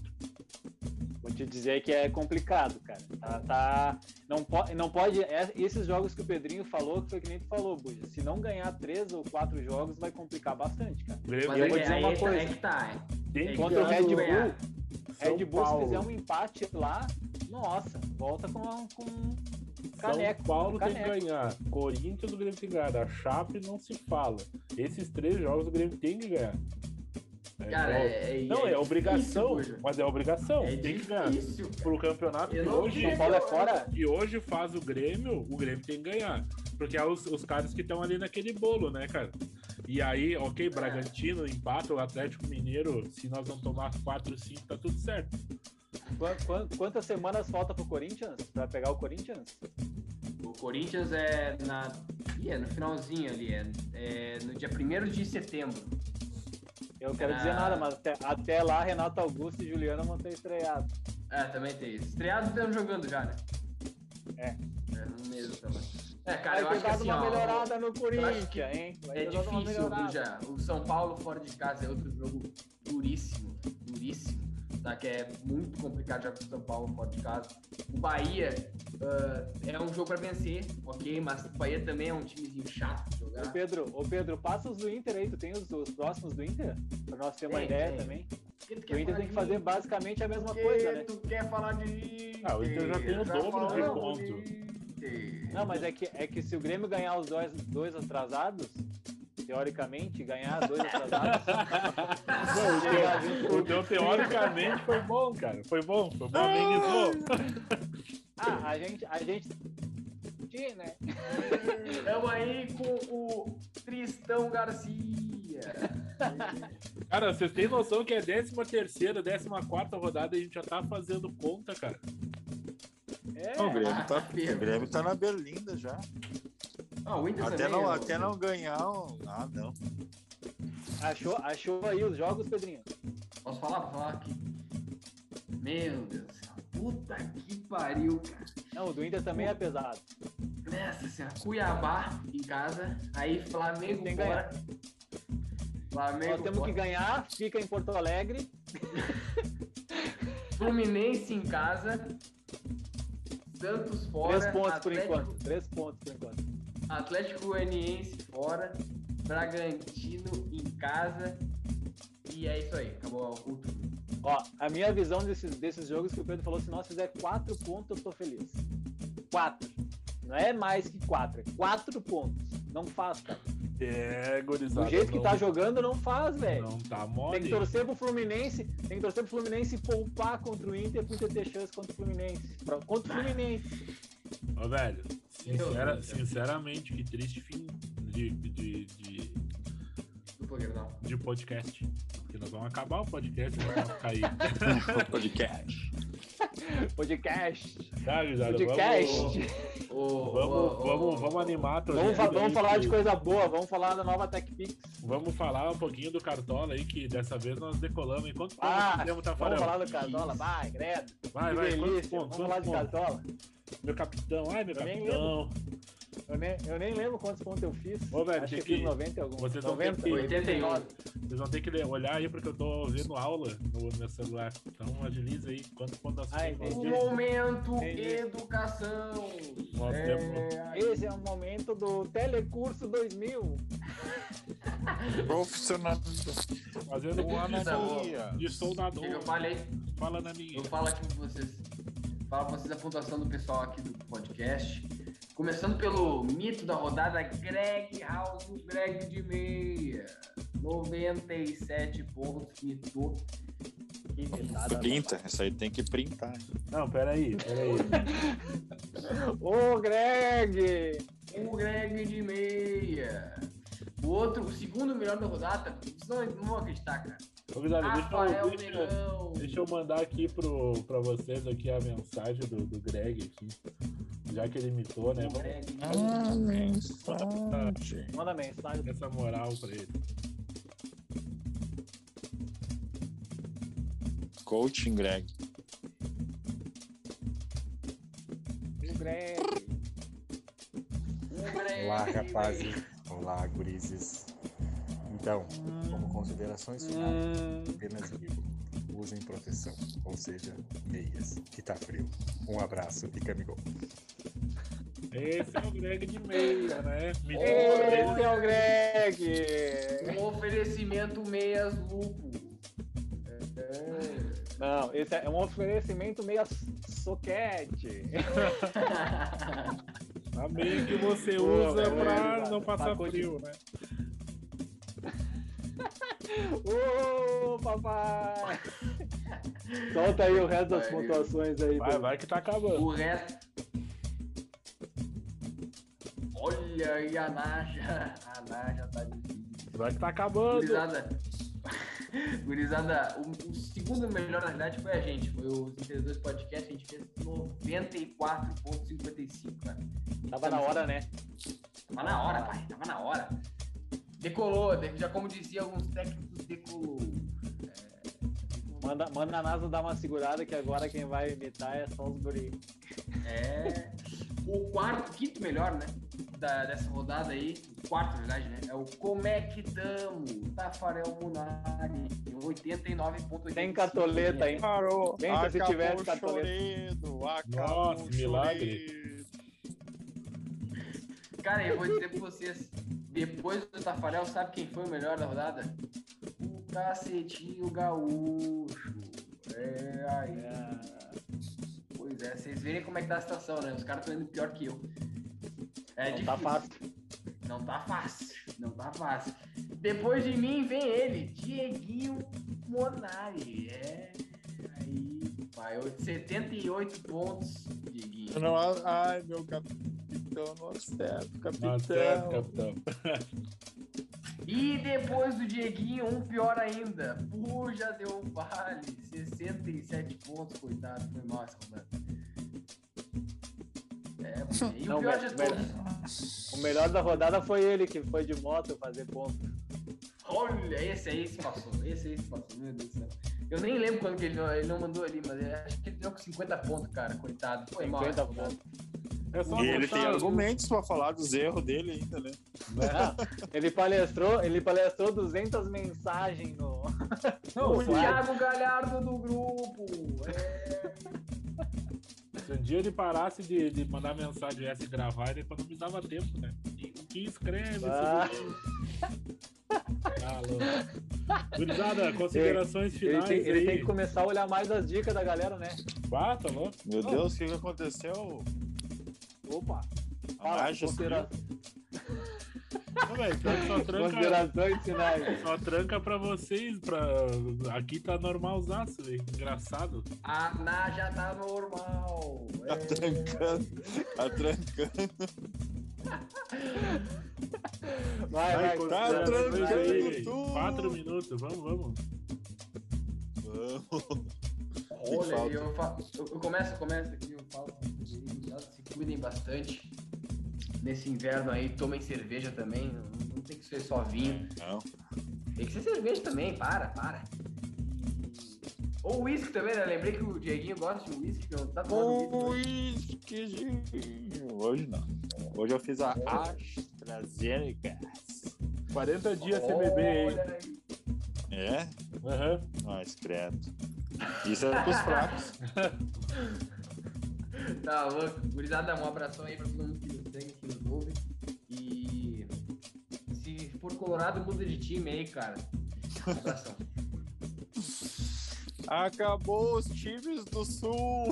Vou te dizer que é complicado, cara. Tá, tá- não, po não pode. é- esses jogos que o Pedrinho falou, que foi que nem tu falou, Buja. Se não ganhar três ou quatro jogos, vai complicar bastante, cara. O Grêmio Mas eu é, vou que- dizer aí uma é que- coisa. é que tá. é. tem é que Contra o ganhar Red do Bull, São Red Bull, se Paulo. fizer um empate lá, nossa, volta com, com São caneco. Paulo com tem que caneco. ganhar. Corinthians o Grêmio tem que ganhar. A Chape não se fala. Esses três jogos o Grêmio tem que ganhar. É, Cara, ó, é, é, não, é, é obrigação, difícil, Buja. mas é obrigação. É tem que ganhar. difícil, cara. Pro campeonato Eu que não hoje, sei. São Paulo é fora? que hoje faz o Grêmio, o Grêmio tem que ganhar. Porque é os, os caras que estão ali naquele bolo, né, cara? E aí, ok, Bragantino, empata o Atlético Mineiro, se nós não tomar quatro, cinco, tá tudo certo. Qua- qua- Quantas semanas falta pro Corinthians? Pra pegar o Corinthians? O Corinthians é na. Ih, é no finalzinho ali, é, é no dia primeiro de setembro. Eu quero Ah. dizer nada, mas até, até lá, Renato Augusto e Juliano vão ter estreado. É, também tem isso. Estreados estão jogando já, né? É. É, no mesmo também. É, cara, eu Vai acho ter que dado assim, uma ó, melhorada no acho que Corinthians, hein? Vai é ter dado uma difícil, melhorada. Buja. O São Paulo fora de casa é outro jogo duríssimo, duríssimo. Tá? Que é muito complicado já com o São Paulo fora de casa. O Bahia ah, é um jogo pra vencer, ok? Mas o Bahia também é um timezinho chato de Ô jogar. Pedro, ô Pedro, passa os do Inter aí, tu tem os, os próximos do Inter? Pra nós ter uma Tem, ideia tem. também. Por que tu O quer Inter falar tem que de fazer Inter? basicamente a mesma Por que coisa, né? tu quer falar de Inter? Ah, o Inter já tem o Já dobro falou de ponto. Inter. Não, mas é que, é que se o Grêmio ganhar os dois, dois atrasados, teoricamente, ganhar dois atrasados, Não, chegar o junto teu, o com- teu teoricamente foi bom, cara. Foi bom, foi bom, amenizou. Ah, a gente, a gente, né? Tamo aí com o Tristão Garcia. Cara, vocês têm noção que é décima terceira, décima quarta rodada e a gente já tá fazendo conta, cara. É, Não, o Grêmio tá, Ah, o Grêmio tá na Berlinda já. Ah, o Inter Até também, não, eu- até não ganhar. um- Ah, não. achou, achou aí os jogos, Pedrinho? Posso falar? Posso falar aqui? Meu Deus do céu. Puta que pariu, cara. Não, o do Inter também é pesado. Nessa senhora. Cuiabá em casa, aí Flamengo Tem que fora. Flamengo Nós temos fora. que ganhar, fica em Porto Alegre. Fluminense em casa. Santos fora. Três pontos por Atlético, enquanto. Três pontos por enquanto. Atlético Goianiense fora. Bragantino em casa. E é isso aí. Acabou o turno. Ó, a minha visão desses, desses jogos que o Pedro falou, se nós fizer quatro pontos, eu tô feliz. Quatro. Não é mais que quatro, é quatro pontos. Não faz, cara. É, gurizada. Do jeito que não- tá jogando, não faz, velho. Não tá Tem mole. que torcer pro Fluminense, tem que torcer pro Fluminense poupar contra o Inter pro Inter ter chance contra o Fluminense. Pra- Contra o Fluminense. Ô, velho, Meu sincera- Deus do céu. sinceramente, que triste fim de, de, de, Dupla Grenal. de podcast. Porque nós vamos acabar o podcast, nós vamos cair. Podcast. Podcast. Tá, gurizada, Podcast. vamos, Ô, vamos, ô, ô, vamos, ô, vamos ô, animar a Vamos, torcida fa- vamos aí, falar que- de coisa boa, vamos falar da nova TechPix. Vamos falar um pouquinho do Cartola aí, que dessa vez nós decolamos. Em quantos Ah, pontos temos, Tafarel? vamos falar do Cartola, vai, credo. Vai, Que vai, quantos delícia, pontos? vamos falar de Quantos pontos? Cartola. Meu capitão, ai, meu Eu nem capitão. Eu nem, eu nem lembro quantos pontos eu fiz. Ô, velho, Acho tem que, eu que- fiz noventa e algum. vocês vão ter noventa, que- oitenta e um. Vocês vão ter que ler- olhar aí, porque eu tô vendo aula no meu celular. Então agiliza aí, quantos pontos nós Ah, temos? entendi. O momento Entendi. educação. Nós É, Esse é o momento do Telecurso dois mil. Profissional. Fazendo Boa curso analogia. de o soldador. que eu falei? Fala na minha. Eu falo aqui pra vocês. Falo pra vocês a pontuação do pessoal aqui do podcast. Começando pelo mito da rodada, Greg House, o Greg de meia. noventa e sete pontos, mitou. Que metada. Printa, isso aí tem que printar. Não, peraí, peraí. Ô, Greg! O Greg de meia. O outro, o segundo melhor da rodada, vocês não, não vão acreditar, cara. Ô, gurizada, Rafael deixa, eu, deixa, Negão. deixa eu mandar aqui pro, pra vocês aqui a mensagem do, do Greg aqui. Já que ele imitou, né? O Vamos Greg de Ah, meia. mensagem. Manda mensagem. dar essa moral pra ele. Coaching, Greg. O Greg. O Greg Olá, de rapazes. meia. Olá, gurizes. Então, como considerações finais, Hum, apenas digo, usem proteção, ou seja, meias, que tá frio. Um abraço e camigol. Esse é o Greg de meia, né? Mitou esse é o Greg! Um oferecimento meias lupo. É. Não, esse é um oferecimento meio soquete. a meia que você Pô, usa é, pra é, não pra passar continuar. frio, né? Ô, papai! Solta aí o resto das Vai, pontuações aí. Vai, Pedro. vai que tá acabando. O resto. Olha aí a Naja. A Naja tá difícil. Vai que tá acabando. Gurizada. Gurizada, o, o segundo melhor na realidade foi a gente. Foi o trinta e dois Podcast. A gente fez noventa e quatro vírgula cinquenta e cinco, cara. Tava na hora, né? Tava na hora, pai. Tava na hora. Decolou. de- Já como dizia alguns técnicos, decolou. Manda, manda a NASA dar uma segurada que agora quem vai imitar é só os guri. É. O quarto, quinto melhor, né? Da, dessa rodada aí. O quarto, na verdade, né? É o Como é que tamo? Tafarel Munari. oitenta e nove vírgula oitenta e cinco. Tem cartoleta, hein? Parou. Pensa se Acabou tivesse o cartoleta. choredo. Acabou Nossa, o milagre. choredo. Cara, eu vou dizer pra vocês. Depois do Tafarel, sabe quem foi o melhor da rodada? O Cacetinho Gaúcho. É, aí. É, Pois é, vocês verem como é que tá a situação, né? Os caras estão indo pior que eu. É não tá difícil. fácil. Não tá fácil. Não tá fácil. Depois de mim vem ele, Dieguinho Monari. É. Aí, pai, setenta e oito pontos, Dieguinho. Não, ai, meu capitão, não acerto, capitão. Tá certo, capitão. E depois do Dieguinho, um pior ainda. Puja deu vale. sessenta e sete pontos, coitado. Foi mal essa rodada. É, e o Não, pior me- de todos. O melhor da rodada foi ele que foi de moto fazer ponto. Olha, esse aí se passou. Esse aí se passou, meu Deus do céu. Eu nem lembro quando que ele não, ele não mandou ali, mas eu acho que ele deu com cinquenta pontos, cara. Coitado. Foi mal essa cinquenta rodada. É só E ele botar tem o- argumentos pra falar dos erros dele ainda, né? Não, ele palestrou, ele palestrou duzentas mensagens no. Não, no O se, Slack. Thiago Galhardo do grupo. É... se um dia ele parasse de, de mandar mensagem essa e gravar, ele economizava tempo, né? E o que escreve? Ah. Ah, louco. Gurizada, considerações Ele, finais tem, ele aí. tem que começar a olhar mais as dicas da galera, né? Ah, tá louco? Meu Não, Deus, o que, que aconteceu? Opa! A Fala, marcha considera- Não, velho, pior que só tranca, considerações finais. só tranca pra vocês. Pra... Aqui tá normalzaço, velho. Engraçado. A Naja tá normal. Tá É... trancando, tá trancando. Vai, vai, Tá considerações trancando aí, velho. tudo. Quatro minutos, vamos, vamos. Vamos. Olha, falta? eu, fa... eu, eu começo, eu começo aqui, eu falo pra vocês, elas se cuidem bastante nesse inverno aí, tomem cerveja também, não, não tem que ser só vinho, Não. tem que ser cerveja também, para, para. Ou uísque também, né? Lembrei que o Dieguinho gosta de uísque, que não tá tomando uísque. Uísquezinho. Hoje não. Hoje eu fiz a AstraZeneca. quarenta dias sem beber, hein? Olha aí. É? Aham. Nós, credo. Isso é pros fracos. Tá louco. Gurizada, um abração aí pra todo mundo que nos segue, que nos ouve. E se for Colorado, muda de time aí, cara. Um abração. Acabou os times do Sul.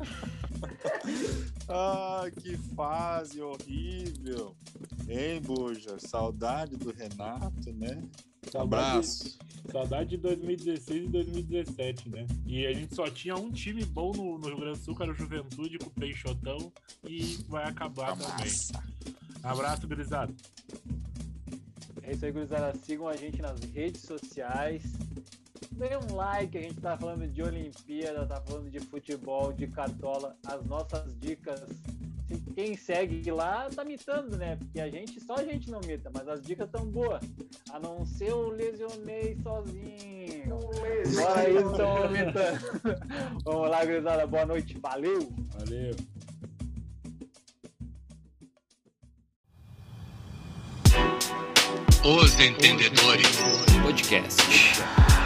Ah, que fase horrível. Hein, Buja? Saudade do Renato, né? Abraço. Saudade de dois mil e dezesseis e dois mil e dezessete, né? E a gente só tinha um time bom no, no Rio Grande do Sul, que era o Juventude, com o Peixotão, e vai acabar também. Massa. Abraço, gurizada. É isso aí, gurizada. Sigam a gente nas redes sociais. Dê um like, a gente tá falando de Olimpíada, tá falando de futebol, de cartola. As nossas dicas, se quem segue lá tá mitando, né? Porque a gente, só a gente não mita, mas as dicas tão boas. A não ser o lesionei sozinho. Bora aí, então, mitando. Vamos lá, gurizada. Boa noite. Valeu! Valeu. Os Entendedores Podcast.